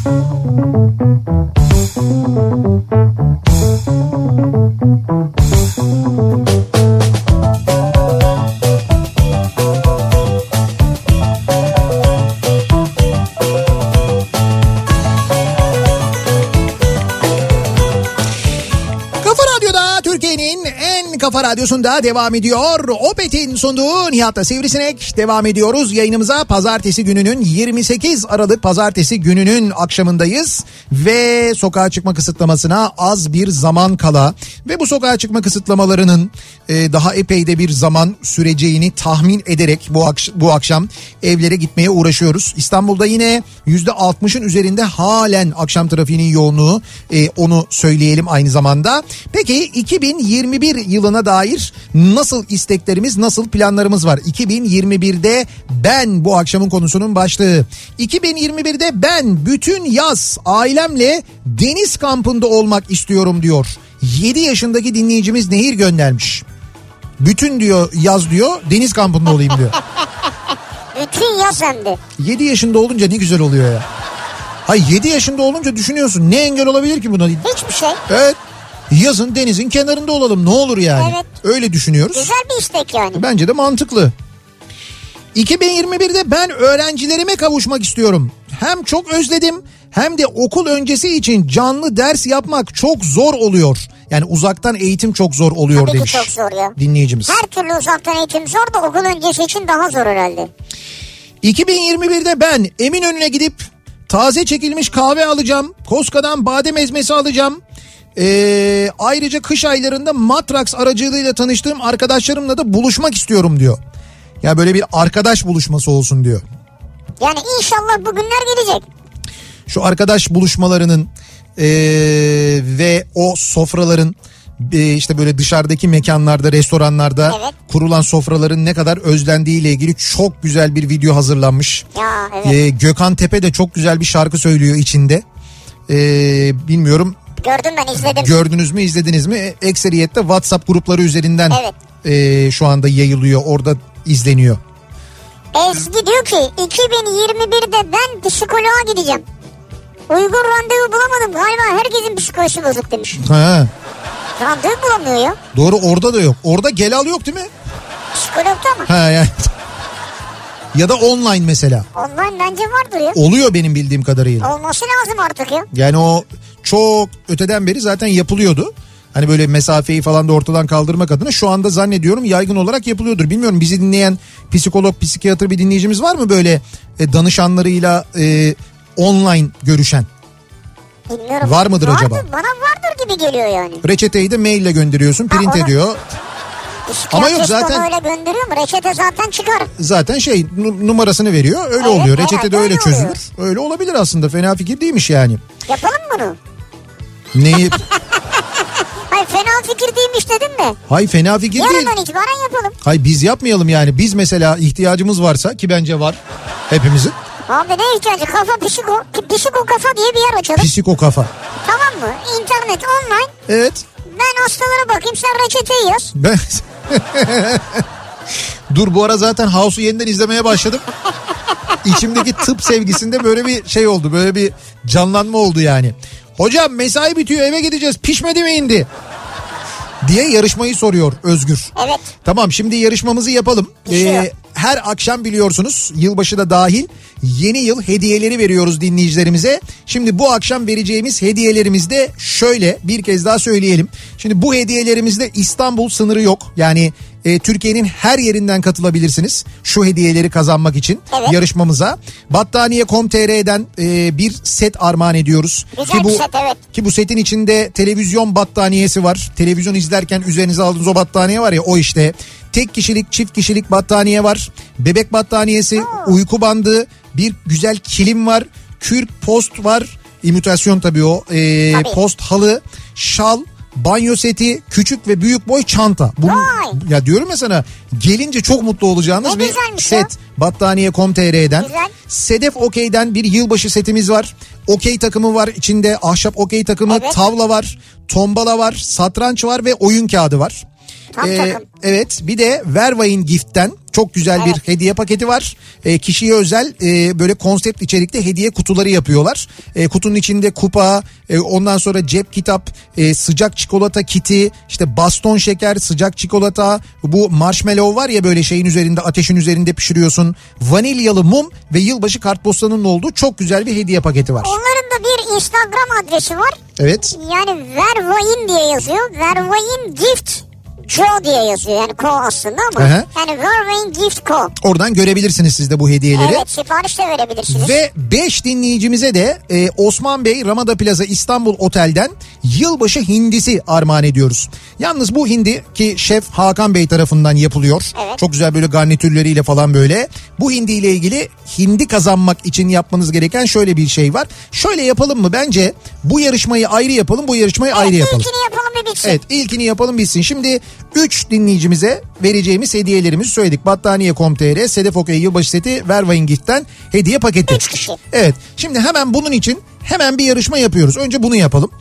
Kafa Radyosu'nda devam ediyor. Opet'in sunduğu Nihat'la Sivrisinek devam ediyoruz. Yayınımıza pazartesi gününün 28 Aralık pazartesi gününün akşamındayız. Ve sokağa çıkma kısıtlamasına az bir zaman kala ve bu sokağa çıkma kısıtlamalarının daha epey de bir zaman süreceğini tahmin ederek bu akşam evlere gitmeye uğraşıyoruz. İstanbul'da yine %60'ın üzerinde halen akşam trafiğinin yoğunluğu, onu söyleyelim aynı zamanda. Peki 2021 yılına dair nasıl isteklerimiz, nasıl planlarımız var? 2021'de ben bu akşamın konusunun başlığı. 2021'de ben bütün yaz ailemle deniz kampında olmak istiyorum diyor. 7 yaşındaki dinleyicimiz Nehir göndermiş. Bütün diyor yaz diyor deniz kampında olayım diyor. Bütün yaz hem de. 7 yaşında olunca ne güzel oluyor ya. Hayır, 7 yaşında olunca düşünüyorsun, ne engel olabilir ki buna? Hiçbir şey. Evet. Yazın denizin kenarında olalım, ne olur yani. Evet. Öyle düşünüyoruz. Güzel bir istek yani. Bence de mantıklı. 2021'de ben öğrencilerime kavuşmak istiyorum. Hem çok özledim hem de okul öncesi için canlı ders yapmak çok zor oluyor. Yani uzaktan eğitim çok zor oluyor tabii demiş. Tabii ki çok zor ya. Dinleyicimiz. Her türlü uzaktan eğitim zor da okul öncesi için daha zor herhalde. 2021'de ben Eminönü'ne gidip taze çekilmiş kahve alacağım. Koska'dan badem ezmesi alacağım. Ayrıca kış aylarında Matrax aracılığıyla tanıştığım arkadaşlarımla da buluşmak istiyorum diyor. Ya böyle bir arkadaş buluşması olsun diyor. Yani inşallah bu günler gelecek. Şu arkadaş buluşmalarının ve o sofraların işte böyle dışarıdaki mekanlarda, restoranlarda evet. kurulan sofraların ne kadar özlendiğiyle ilgili çok güzel bir video hazırlanmış. Ya evet. Gökhan Tepe de çok güzel bir şarkı söylüyor içinde. Bilmiyorum. Gördüm, ben izledim. Gördünüz mü, izlediniz mi? Ekseriyette WhatsApp grupları üzerinden evet. Şu anda yayılıyor, orada izleniyor. Ezgi diyor ki 2021'de ben psikoloğa gideceğim. Uygun randevu bulamadım galiba, herkesin psikolojisi bozuk demiş. Ha. Randevu bulamıyor ya. Doğru, orada da yok. Orada gel al yok değil mi? Psikologda mı? Ha yani. Ya da online mesela. Online bence vardır ya. Oluyor benim bildiğim kadarıyla. Olması lazım artık ya. Yani o çok öteden beri zaten yapılıyordu. Hani böyle mesafeyi falan da ortadan kaldırmak adına şu anda zannediyorum yaygın olarak yapılıyordur. Bilmiyorum, bizi dinleyen psikolog, psikiyatr bir dinleyicimiz var mı böyle danışanlarıyla online görüşen? Bilmiyorum. Var mıdır acaba? Bana vardır gibi geliyor yani. Reçeteyi de maille gönderiyorsun, print ediyor. Ama yok zaten. Öyle gönderiyor mu? Reçete zaten çıkar. Zaten numarasını veriyor, öyle evet, oluyor. Reçete evet, de öyle çözülür. oluyor. Öyle olabilir aslında, fena fikir değilmiş yani. Yapalım bunu. Neyi? Hayır, fena fikir değilmiş dedim mi? Hayır, fena fikir değil. Yarından itibaren yapalım. Hayır, biz yapmayalım yani. Biz mesela ihtiyacımız varsa, ki bence var hepimizin. Abi ne ihtiyacı? Kafa psiko kafa diye bir yer açalım. Psiko kafa. Tamam mı? İnternet online. Evet. Ben hastalara bakayım, sen reçeteyi yaz. Ben... Dur, bu ara zaten House'u yeniden izlemeye başladım. İçimdeki tıp sevgisinde böyle bir şey oldu. Böyle bir canlanma oldu yani. Hocam mesai bitiyor, eve gideceğiz. Pişmedi mi indi? Diye yarışmayı soruyor Özgür. Evet. Tamam, şimdi yarışmamızı yapalım. Her akşam biliyorsunuz, yılbaşı da dahil, yeni yıl hediyeleri veriyoruz dinleyicilerimize. Şimdi bu akşam vereceğimiz hediyelerimiz de şöyle, bir kez daha söyleyelim. Şimdi bu hediyelerimizde İstanbul sınırı yok. Yani Türkiye'nin her yerinden katılabilirsiniz şu hediyeleri kazanmak için yarışmamıza. Battaniye.com.tr'den bir set armağan ediyoruz. Güzel bir set, evet. Ki bu setin içinde televizyon battaniyesi var. Televizyon izlerken üzerinize aldığınız o battaniye var ya, o işte. Tek kişilik, çift kişilik battaniye var. Bebek battaniyesi, uyku bandı, bir güzel kilim var. Kürk post var. İmitasyon tabii o. Post halı, şal, banyo seti, küçük ve büyük boy çanta. Ya diyorum ya sana, gelince çok mutlu olacağınız bir set. Battaniye.com.tr'den. Sedef Okey'den bir yılbaşı setimiz var. Okey takımı var içinde, ahşap okey takımı, tavla var, tombala var, satranç var ve oyun kağıdı var. Evet, bir de Vervain Gift'ten çok güzel bir hediye paketi var. Kişiye özel böyle konsept içerikte hediye kutuları yapıyorlar. Kutunun içinde kupa, ondan sonra cep kitap, sıcak çikolata kiti, işte baston şeker, sıcak çikolata, bu marshmallow var ya böyle şeyin üzerinde, ateşin üzerinde pişiriyorsun. Vanilyalı mum ve yılbaşı kartpostanının olduğu çok güzel bir hediye paketi var. Onların da bir Instagram adresi var. Evet. Yani Vervain diye yazıyor. Vervain Gift Co diye yazıyor, yani Co aslında ama yani Vervain Gift Co. Oradan görebilirsiniz siz de bu hediyeleri. Evet, sipariş de verebilirsiniz. Ve 5 dinleyicimize de Osman Bey Ramada Plaza İstanbul Otel'den yılbaşı hindisi armağan ediyoruz. Yalnız bu hindi, ki Şef Hakan Bey tarafından yapılıyor. Evet. Çok güzel böyle garnitürleriyle falan böyle. Bu hindi ile ilgili hindi kazanmak için yapmanız gereken şöyle bir şey var. Şöyle yapalım mı? Bence bu yarışmayı ayrı yapalım, bu yarışmayı ayrı yapalım. İlkini yapalım bir bitsin. Evet, ilkini yapalım bitsin. Şimdi 3 dinleyicimize vereceğimiz hediyelerimizi söyledik. Battaniye.com.tr, Sedef Okey yılbaşı seti, Vervain Gift'ten hediye paketi. 3 kişi. Evet, şimdi hemen bunun için hemen bir yarışma yapıyoruz. Önce bunu yapalım.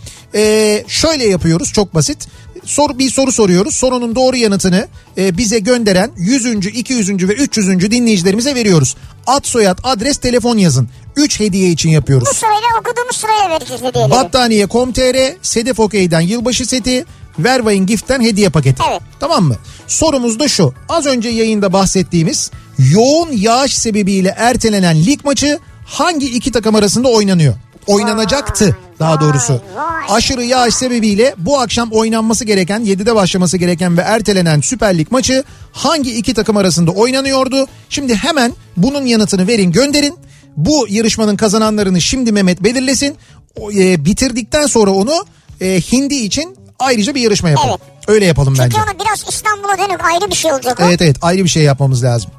Şöyle yapıyoruz, çok basit. Bir soru soruyoruz. Sorunun doğru yanıtını bize gönderen 100. 200. ve 300. dinleyicilerimize veriyoruz. Ad, soyad, adres, telefon yazın. 3 hediye için yapıyoruz. Bu sırayla okuduğumuz sıraya vereceğiz hediyeleri. Battaniye.com.tr, Sedef Okey'den yılbaşı seti, Vervain Gift'ten hediye paketi. Evet. Tamam mı? Sorumuz da şu. Az önce yayında bahsettiğimiz yoğun yağış sebebiyle ertelenen lig maçı hangi iki takım arasında oynanıyor? Oynanacaktı daha doğrusu. Aşırı yağış sebebiyle bu akşam oynanması gereken, 7'de başlaması gereken ve ertelenen Süper Lig maçı hangi iki takım arasında oynanıyordu? Şimdi hemen bunun yanıtını verin, gönderin. Bu yarışmanın kazananlarını şimdi Mehmet belirlesin. Bitirdikten sonra onu hindi için ayrıca bir yarışma yapalım. Evet. Öyle yapalım bence. Çünkü onu biraz İstanbul'a dönük ayrı bir şey olacak. Evet, ayrı bir şey yapmamız lazım.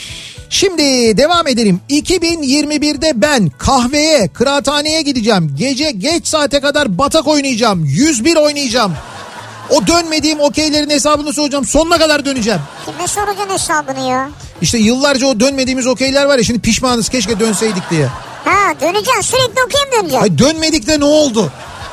Şimdi devam edelim. 2021'de ben kahveye, kıraathaneye gideceğim. Gece geç saate kadar batak oynayacağım. 101 oynayacağım. O dönmediğim okeylerin hesabını soracağım. Sonuna kadar döneceğim. Kime soracaksın hesabını ya? İşte yıllarca o dönmediğimiz okeyler var ya, şimdi pişmanız, keşke dönseydik diye. Ha, döneceksin, sürekli okey mi döneceksin? Hayır, dönmedik de ne oldu?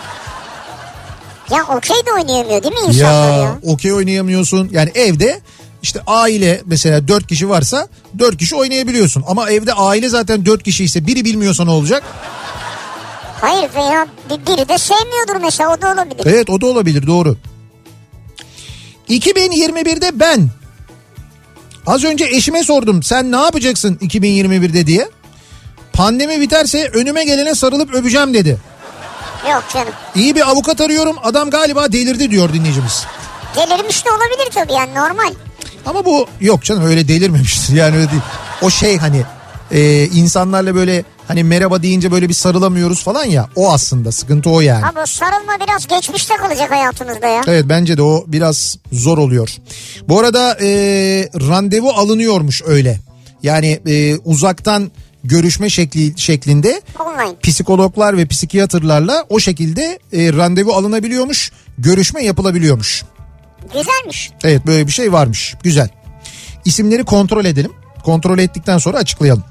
Ya okey de oynayamıyor değil mi insanlar ya? Okey oynayamıyorsun. Yani evde işte aile mesela 4 kişi varsa 4 kişi oynayabiliyorsun. Ama evde aile zaten 4 kişi ise biri bilmiyorsa ne olacak? Hayır, veya biri de sevmiyordur mesela, o da olabilir. Evet, o da olabilir, doğru. 2021'de ben az önce eşime sordum, sen ne yapacaksın 2021'de diye. Pandemi biterse önüme gelene sarılıp öpeceğim dedi. Yok canım. İyi bir avukat arıyorum, adam galiba delirdi diyor dinleyicimiz. Delirmiş de olabilir tabii, yani normal. Ama bu yok canım, öyle delirmemiştir yani, öyle değil. O şey hani insanlarla böyle hani merhaba deyince böyle bir sarılamıyoruz falan ya, o aslında sıkıntı o yani. Ama sarılma biraz geçmişte kalacak hayatımızda ya. Evet, bence de o biraz zor oluyor. Bu arada randevu alınıyormuş öyle. Yani uzaktan görüşme şeklinde online. Psikologlar ve psikiyatrlarla o şekilde randevu alınabiliyormuş, görüşme yapılabiliyormuş. Güzelmiş. Evet, böyle bir şey varmış. Güzel. İsimleri kontrol edelim. Kontrol ettikten sonra açıklayalım.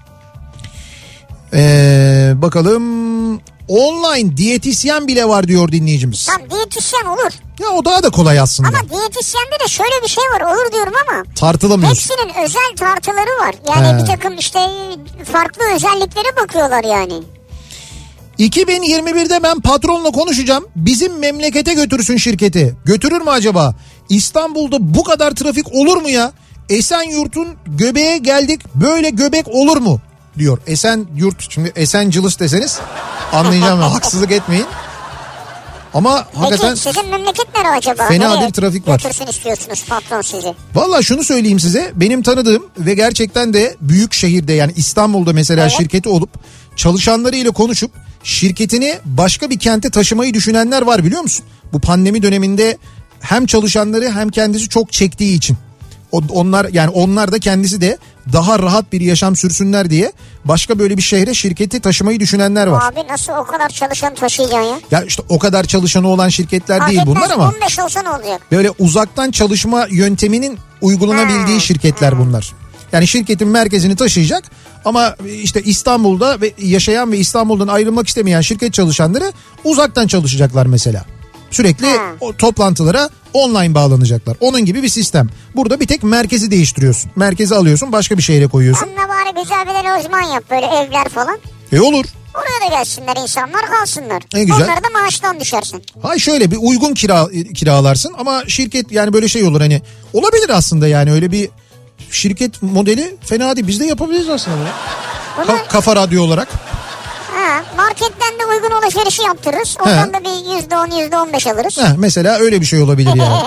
Bakalım. Online diyetisyen bile var diyor dinleyicimiz. Tam diyetisyen olur. Ya o daha da kolay aslında. Ama diyetisyende de şöyle bir şey var, olur diyorum ama. Tartılamıyorsun. Hepsinin özel tartıları var. Yani bir takım işte farklı özelliklere bakıyorlar yani. 2021'de ben patronla konuşacağım. Bizim memlekete götürsün şirketi. Götürür mü acaba? İstanbul'da bu kadar trafik olur mu ya? Esenyurt'un göbeğe geldik, böyle göbek olur mu? Diyor. Esenyurt, şimdi Esenciles deseniz anlayacağım. Haksızlık etmeyin. Ama peki, hakikaten sizin memleket nere acaba? fena Nereye bir trafik var. götürsün istiyorsunuz patron sizi? Valla şunu söyleyeyim size, benim tanıdığım ve gerçekten de büyük şehirde, yani İstanbul'da mesela evet, şirketi olup çalışanlarıyla konuşup şirketini başka bir kente taşımayı düşünenler var, biliyor musun? Bu pandemi döneminde hem çalışanları hem kendisi çok çektiği için. Onlar da kendisi de daha rahat bir yaşam sürsünler diye başka böyle bir şehre şirketi taşımayı düşünenler var. Abi nasıl o kadar çalışan taşıyacaksın ya? Ya işte o kadar çalışanı olan şirketler değil bunlar ama 15 olsa ne olacak? böyle uzaktan çalışma yönteminin uygulanabildiği şirketler bunlar. Yani şirketin merkezini taşıyacak ama işte İstanbul'da ve yaşayan ve İstanbul'dan ayrılmak istemeyen şirket çalışanları uzaktan çalışacaklar mesela. Sürekli o toplantılara online bağlanacaklar. Onun gibi bir sistem. Burada bir tek merkezi değiştiriyorsun. Merkezi alıyorsun, başka bir şehre koyuyorsun. Onunla bari güzel bir de lojman yap, böyle evler falan. Olur. Oraya da gelsinler insanlar, kalsınlar. Güzel. Onlara da maaştan düşersin. Hay şöyle bir uygun kiralarsın ama şirket yani böyle şey olur, hani olabilir aslında, yani öyle bir şirket modeli fena değil. Biz de yapabiliriz aslında bunu. Kafa Radyo olarak. Marketten de uygun alışverişi yaptırırız. Oradan da bir %10, %15 alırız. Mesela öyle bir şey olabilir yani.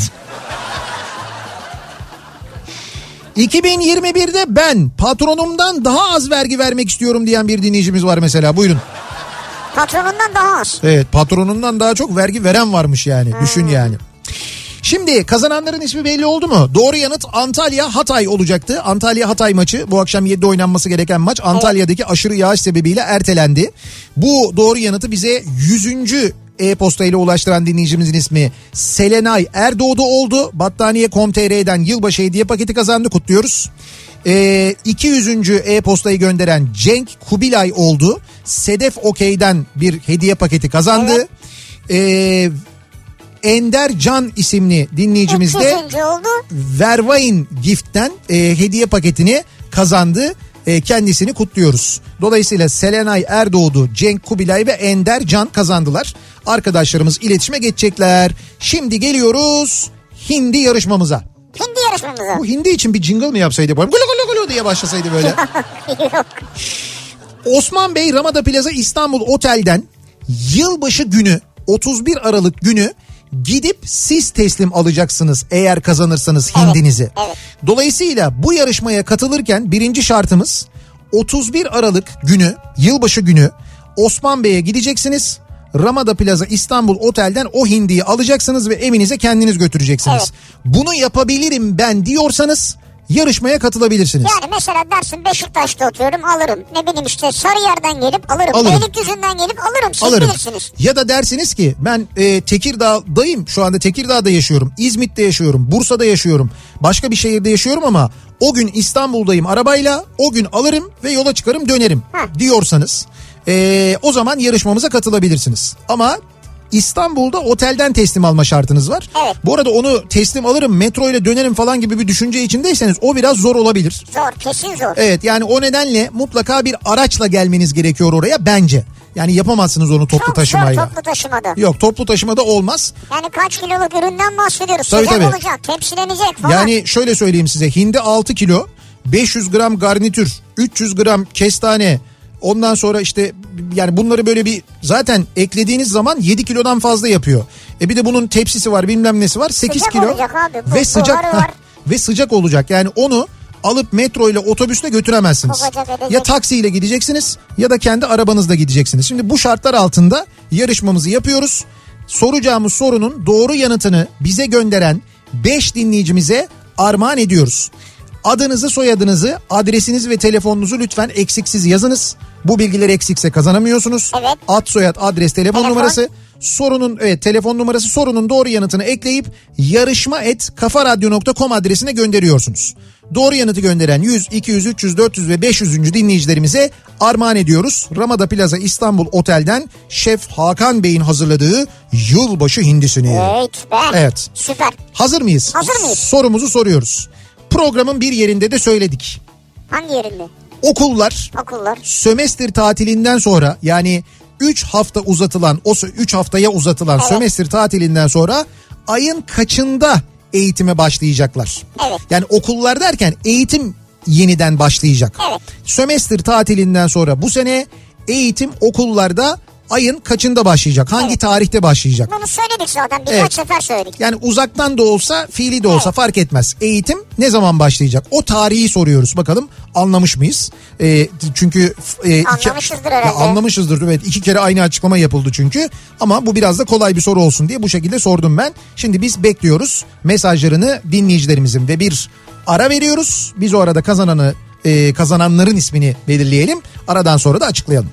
2021'de ben patronumdan daha az vergi vermek istiyorum diyen bir dinleyicimiz var mesela. Buyurun. Patronundan daha az. Evet, patronundan daha çok vergi veren varmış yani. Düşün yani. Şimdi kazananların ismi belli oldu mu? Doğru yanıt Antalya Hatay olacaktı. Antalya Hatay maçı bu akşam 7'de oynanması gereken maç Antalya'daki aşırı yağış sebebiyle ertelendi. Bu doğru yanıtı bize 100. e-posta ile ulaştıran dinleyicimizin ismi Selenay Erdoğdu oldu. Battaniye.com.tr'den yılbaşı hediye paketi kazandı, kutluyoruz. 200. e-postayı gönderen Cenk Kubilay oldu. Sedef Okey'den bir hediye paketi kazandı. Evet. Ender Can isimli dinleyicimiz de Vervain Gift'ten hediye paketini kazandı. Kendisini kutluyoruz. Dolayısıyla Selenay Erdoğdu, Cenk Kubilay ve Ender Can kazandılar. Arkadaşlarımız iletişime geçecekler. Şimdi geliyoruz hindi yarışmamıza. Hindi yarışmamıza. Bu hindi için bir jingle mi yapsaydı? Golo golo golo diye başlasaydı böyle. Yok. Osman Bey Ramada Plaza İstanbul Otel'den yılbaşı günü 31 Aralık günü gidip siz teslim alacaksınız eğer kazanırsanız hindinizi. Evet. Dolayısıyla bu yarışmaya katılırken birinci şartımız 31 Aralık günü, yılbaşı günü Osman Bey'e gideceksiniz. Ramada Plaza İstanbul Otel'den o hindiyi alacaksınız ve evinize kendiniz götüreceksiniz. Evet. Bunu yapabilirim ben diyorsanız yarışmaya katılabilirsiniz. Yani mesela dersin Beşiktaş'ta oturuyorum, alırım. Ne bileyim işte Sarıyer'den gelip alırım. Beylikdüzü'nden gelip alırım. Siz bilirsiniz. Ya da dersiniz ki ben Tekirdağ'dayım. Şu anda Tekirdağ'da yaşıyorum. İzmit'te yaşıyorum. Bursa'da yaşıyorum. Başka bir şehirde yaşıyorum ama o gün İstanbul'dayım arabayla. O gün alırım ve yola çıkarım, dönerim diyorsanız o zaman yarışmamıza katılabilirsiniz. Ama İstanbul'da otelden teslim alma şartınız var. Evet. Bu arada onu teslim alırım, metro ile dönerim falan gibi bir düşünce içindeyseniz o biraz zor olabilir. Zor, kesin zor. Evet, yani o nedenle mutlaka bir araçla gelmeniz gerekiyor oraya bence. Yani yapamazsınız onu toplu taşımayla. Çok zor toplu taşımada. Yok, toplu taşımada olmaz. Yani kaç kiloluk üründen bahsediyoruz. Tabii, Sıcak tabii. olacak, tepsilenecek falan. Yani şöyle söyleyeyim size, hindi 6 kilo, 500 gram garnitür, 300 gram kestane, ondan sonra işte yani bunları böyle bir zaten eklediğiniz zaman 7 kilodan fazla yapıyor. Bir de bunun tepsisi var, bilmem nesi var, 8 sıcak kilo olacak abi, ve sıcak var. Ve sıcak olacak. Yani onu alıp metro ile otobüsle götüremezsiniz. Ya taksiyle gideceksiniz ya da kendi arabanızla gideceksiniz. Şimdi bu şartlar altında yarışmamızı yapıyoruz. Soracağımız sorunun doğru yanıtını bize gönderen 5 dinleyicimize armağan ediyoruz. Adınızı, soyadınızı, adresinizi ve telefonunuzu lütfen eksiksiz yazınız. Bu bilgiler eksikse kazanamıyorsunuz. Evet. Ad, soyad, adres, telefon numarası. telefon numarası sorunun doğru yanıtını ekleyip yarışma@kafaradyo.com adresine gönderiyorsunuz. Doğru yanıtı gönderen 100, 200, 300, 400 ve 500. dinleyicilerimize armağan ediyoruz. Ramada Plaza İstanbul Otel'den Şef Hakan Bey'in hazırladığı yılbaşı hindisini. Evet be. Evet. Süper. Hazır mıyız? Hazır mıyız? Sorumuzu soruyoruz. Programın bir yerinde de söyledik. Hangi yerinde? Okullar sömestr tatilinden sonra, yani 3 hafta uzatılan, 3 haftaya uzatılan sömestr tatilinden sonra ayın kaçında eğitime başlayacaklar? Evet. Yani okullar derken eğitim yeniden başlayacak. Evet. Sömestr tatilinden sonra bu sene eğitim okullarda ayın kaçında başlayacak? Hangi tarihte başlayacak? Bunu söyledik zaten, birkaç sefer söyledik. Yani uzaktan da olsa, fiili de olsa fark etmez. Eğitim ne zaman başlayacak? O tarihi soruyoruz, bakalım anlamış mıyız? Çünkü anlamışızdır herhalde. Anlamışızdır, evet. 2 kere aynı açıklama yapıldı çünkü. Ama bu biraz da kolay bir soru olsun diye bu şekilde sordum ben. Şimdi biz bekliyoruz mesajlarını dinleyicilerimizin ve bir ara veriyoruz. Biz o arada kazananların ismini belirleyelim. Aradan sonra da açıklayalım.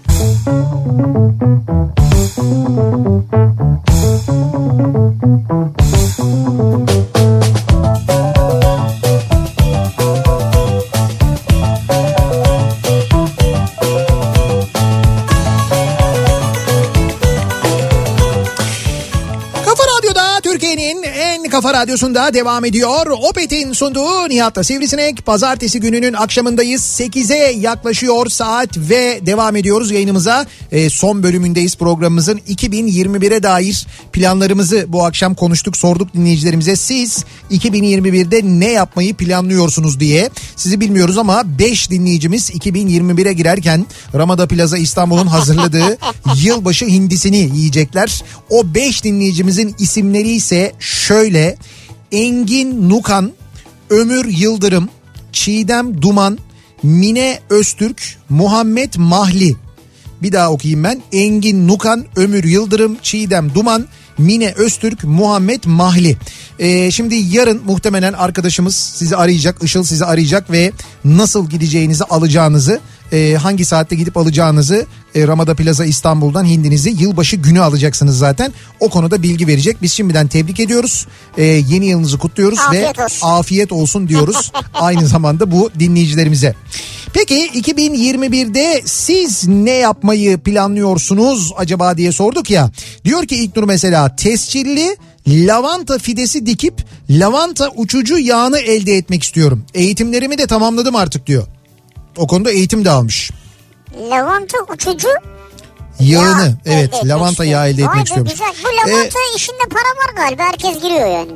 Kafa Radyosu'nda devam ediyor. Opet'in sunduğu Nihat'la Sivrisinek. Pazartesi gününün akşamındayız. 8'e yaklaşıyor saat ve devam ediyoruz yayınımıza. Son bölümündeyiz programımızın. 2021'e dair planlarımızı bu akşam konuştuk, sorduk dinleyicilerimize. Siz 2021'de ne yapmayı planlıyorsunuz diye. Sizi bilmiyoruz ama 5 dinleyicimiz 2021'e girerken Ramada Plaza İstanbul'un hazırladığı yılbaşı hindisini yiyecekler. O 5 dinleyicimizin isimleri ise şöyle: Engin Nukan, Ömür Yıldırım, Çiğdem Duman, Mine Öztürk, Muhammed Mahli. Bir daha okuyayım ben. Engin Nukan, Ömür Yıldırım, Çiğdem Duman, Mine Öztürk, Muhammed Mahli. Şimdi yarın muhtemelen arkadaşımız sizi arayacak, Işıl sizi arayacak ve nasıl gideceğinizi, alacağınızı, hangi saatte gidip alacağınızı, Ramada Plaza İstanbul'dan hindinizi yılbaşı günü alacaksınız zaten. O konuda bilgi verecek. Biz şimdiden tebrik ediyoruz. Yeni yılınızı kutluyoruz afiyet ve olsun. Afiyet olsun diyoruz aynı zamanda bu dinleyicilerimize. Peki 2021'de siz ne yapmayı planlıyorsunuz acaba diye sorduk ya. Diyor ki İlknur mesela, tescilli lavanta fidesi dikip lavanta uçucu yağını elde etmek istiyorum. Eğitimlerimi de tamamladım artık diyor. O konuda eğitim de almış. Lavanta uçucu yağını, evet, lavanta yağı elde etmek istiyorum. Güzel. Bu lavanta işinde para var galiba, herkes giriyor yani.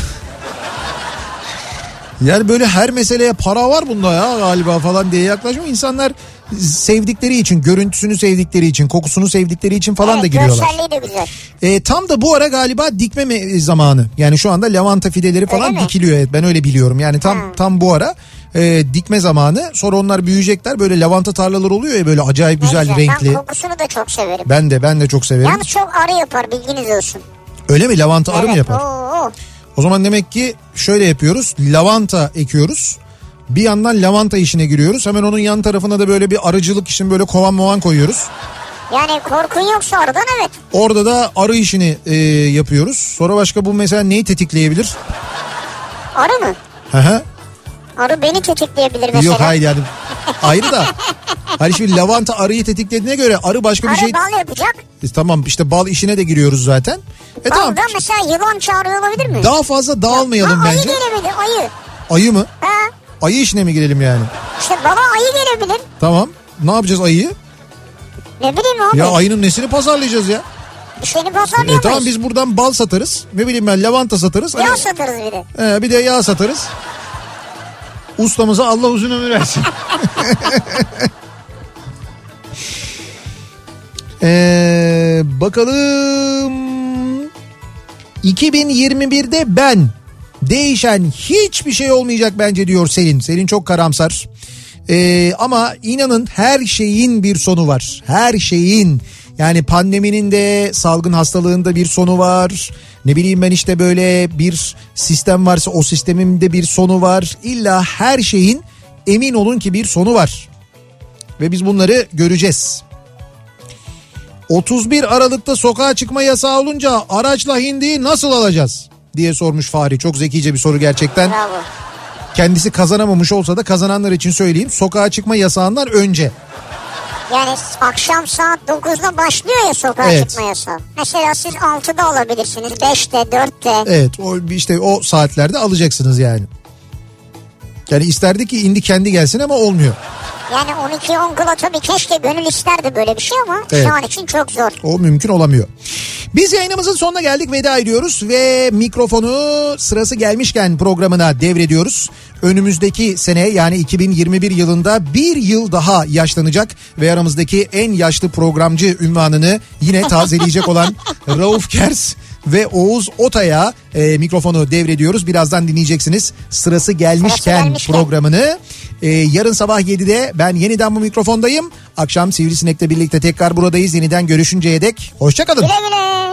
Yani böyle her meseleye para var bunda ya galiba falan diye yaklaşma. İnsanlar sevdikleri için, görüntüsünü sevdikleri için, kokusunu sevdikleri için falan da giriyorlar. Görselliği de güzel. Tam da bu ara galiba dikme zamanı. Yani şu anda lavanta fideleri falan dikiliyor. Evet, ben öyle biliyorum. Yani tam bu ara dikme zamanı. Sonra onlar büyüyecekler. Böyle lavanta tarlaları oluyor ya, böyle acayip güzel, renkli. Ben kokusunu da çok severim. Ben de çok severim. Yalnız çok arı yapar, bilginiz olsun. Öyle mi? Lavanta arı mı yapar? Oo. O zaman demek ki şöyle yapıyoruz. Lavanta ekiyoruz. Bir yandan lavanta işine giriyoruz. Hemen onun yan tarafına da böyle bir arıcılık için böyle kovan koyuyoruz. Yani korkun yoksa arıdan, evet. Orada da arı işini yapıyoruz. Sonra başka bu mesela neyi tetikleyebilir? Arı mı? Hı. Arı beni tetikleyebilir mesela. Yok hayır yani ayrı da. Hani şimdi lavanta arıyı tetiklediğine göre arı başka bir şey... Arı bal yapacak. Tamam işte bal işine de giriyoruz zaten. Balda tamam. mesela yılan çağırıyor olabilir mi? Daha fazla dağılmayalım bence. Ayı gelebilir, ayı. Ayı mı? Ha. Ayı işine mi girelim yani? İşte baba ayı gelebilir. Tamam. Ne yapacağız ayıyı? Ne bileyim abi. Ya ayının nesini pazarlayacağız ya? Seni pazarlayamayız. Tamam biz buradan bal satarız. Ne bileyim ben lavanta satarız. Yağ satarız bir de. Bir de yağ satarız. Ustamıza Allah uzun ömür versin. Bakalım. 2021'de ben değişen hiçbir şey olmayacak bence diyor Selin. Selin çok karamsar. Ama inanın her şeyin bir sonu var. Her şeyin. Yani pandeminin de, salgın hastalığın da bir sonu var. Ne bileyim ben işte böyle bir sistem varsa o sistemin de bir sonu var. İlla her şeyin emin olun ki bir sonu var. Ve biz bunları göreceğiz. 31 Aralık'ta sokağa çıkma yasağı olunca araçla hindiyi nasıl alacağız diye sormuş Fahri. Çok zekice bir soru gerçekten. Bravo. Kendisi kazanamamış olsa da kazananlar için söyleyeyim. Sokağa çıkma yasağından önce. Yani akşam saat 9'da başlıyor ya sokağa çıkma yasağı. Mesela siz 6'da alabilirsiniz, 5'te, 4'te. Evet, işte o saatlerde alacaksınız yani. Yani isterdik ki indi kendi gelsin ama olmuyor. Yani 12-10 kula tabii keşke gönül isterdi böyle bir şey ama şu an için çok zor. O mümkün olamıyor. Biz yayınımızın sonuna geldik, veda ediyoruz ve mikrofonu sırası gelmişken programına devrediyoruz. Önümüzdeki sene yani 2021 yılında bir yıl daha yaşlanacak ve aramızdaki en yaşlı programcı unvanını yine tazeleyecek olan Rauf Kers ve Oğuz Otay'a mikrofonu devrediyoruz. Birazdan dinleyeceksiniz Sırası Gelmişken programını. Yarın sabah 7'de ben yeniden bu mikrofondayım. Akşam Sivrisinek'le birlikte tekrar buradayız. Yeniden görüşünceye dek hoşça kalın. Güle güle.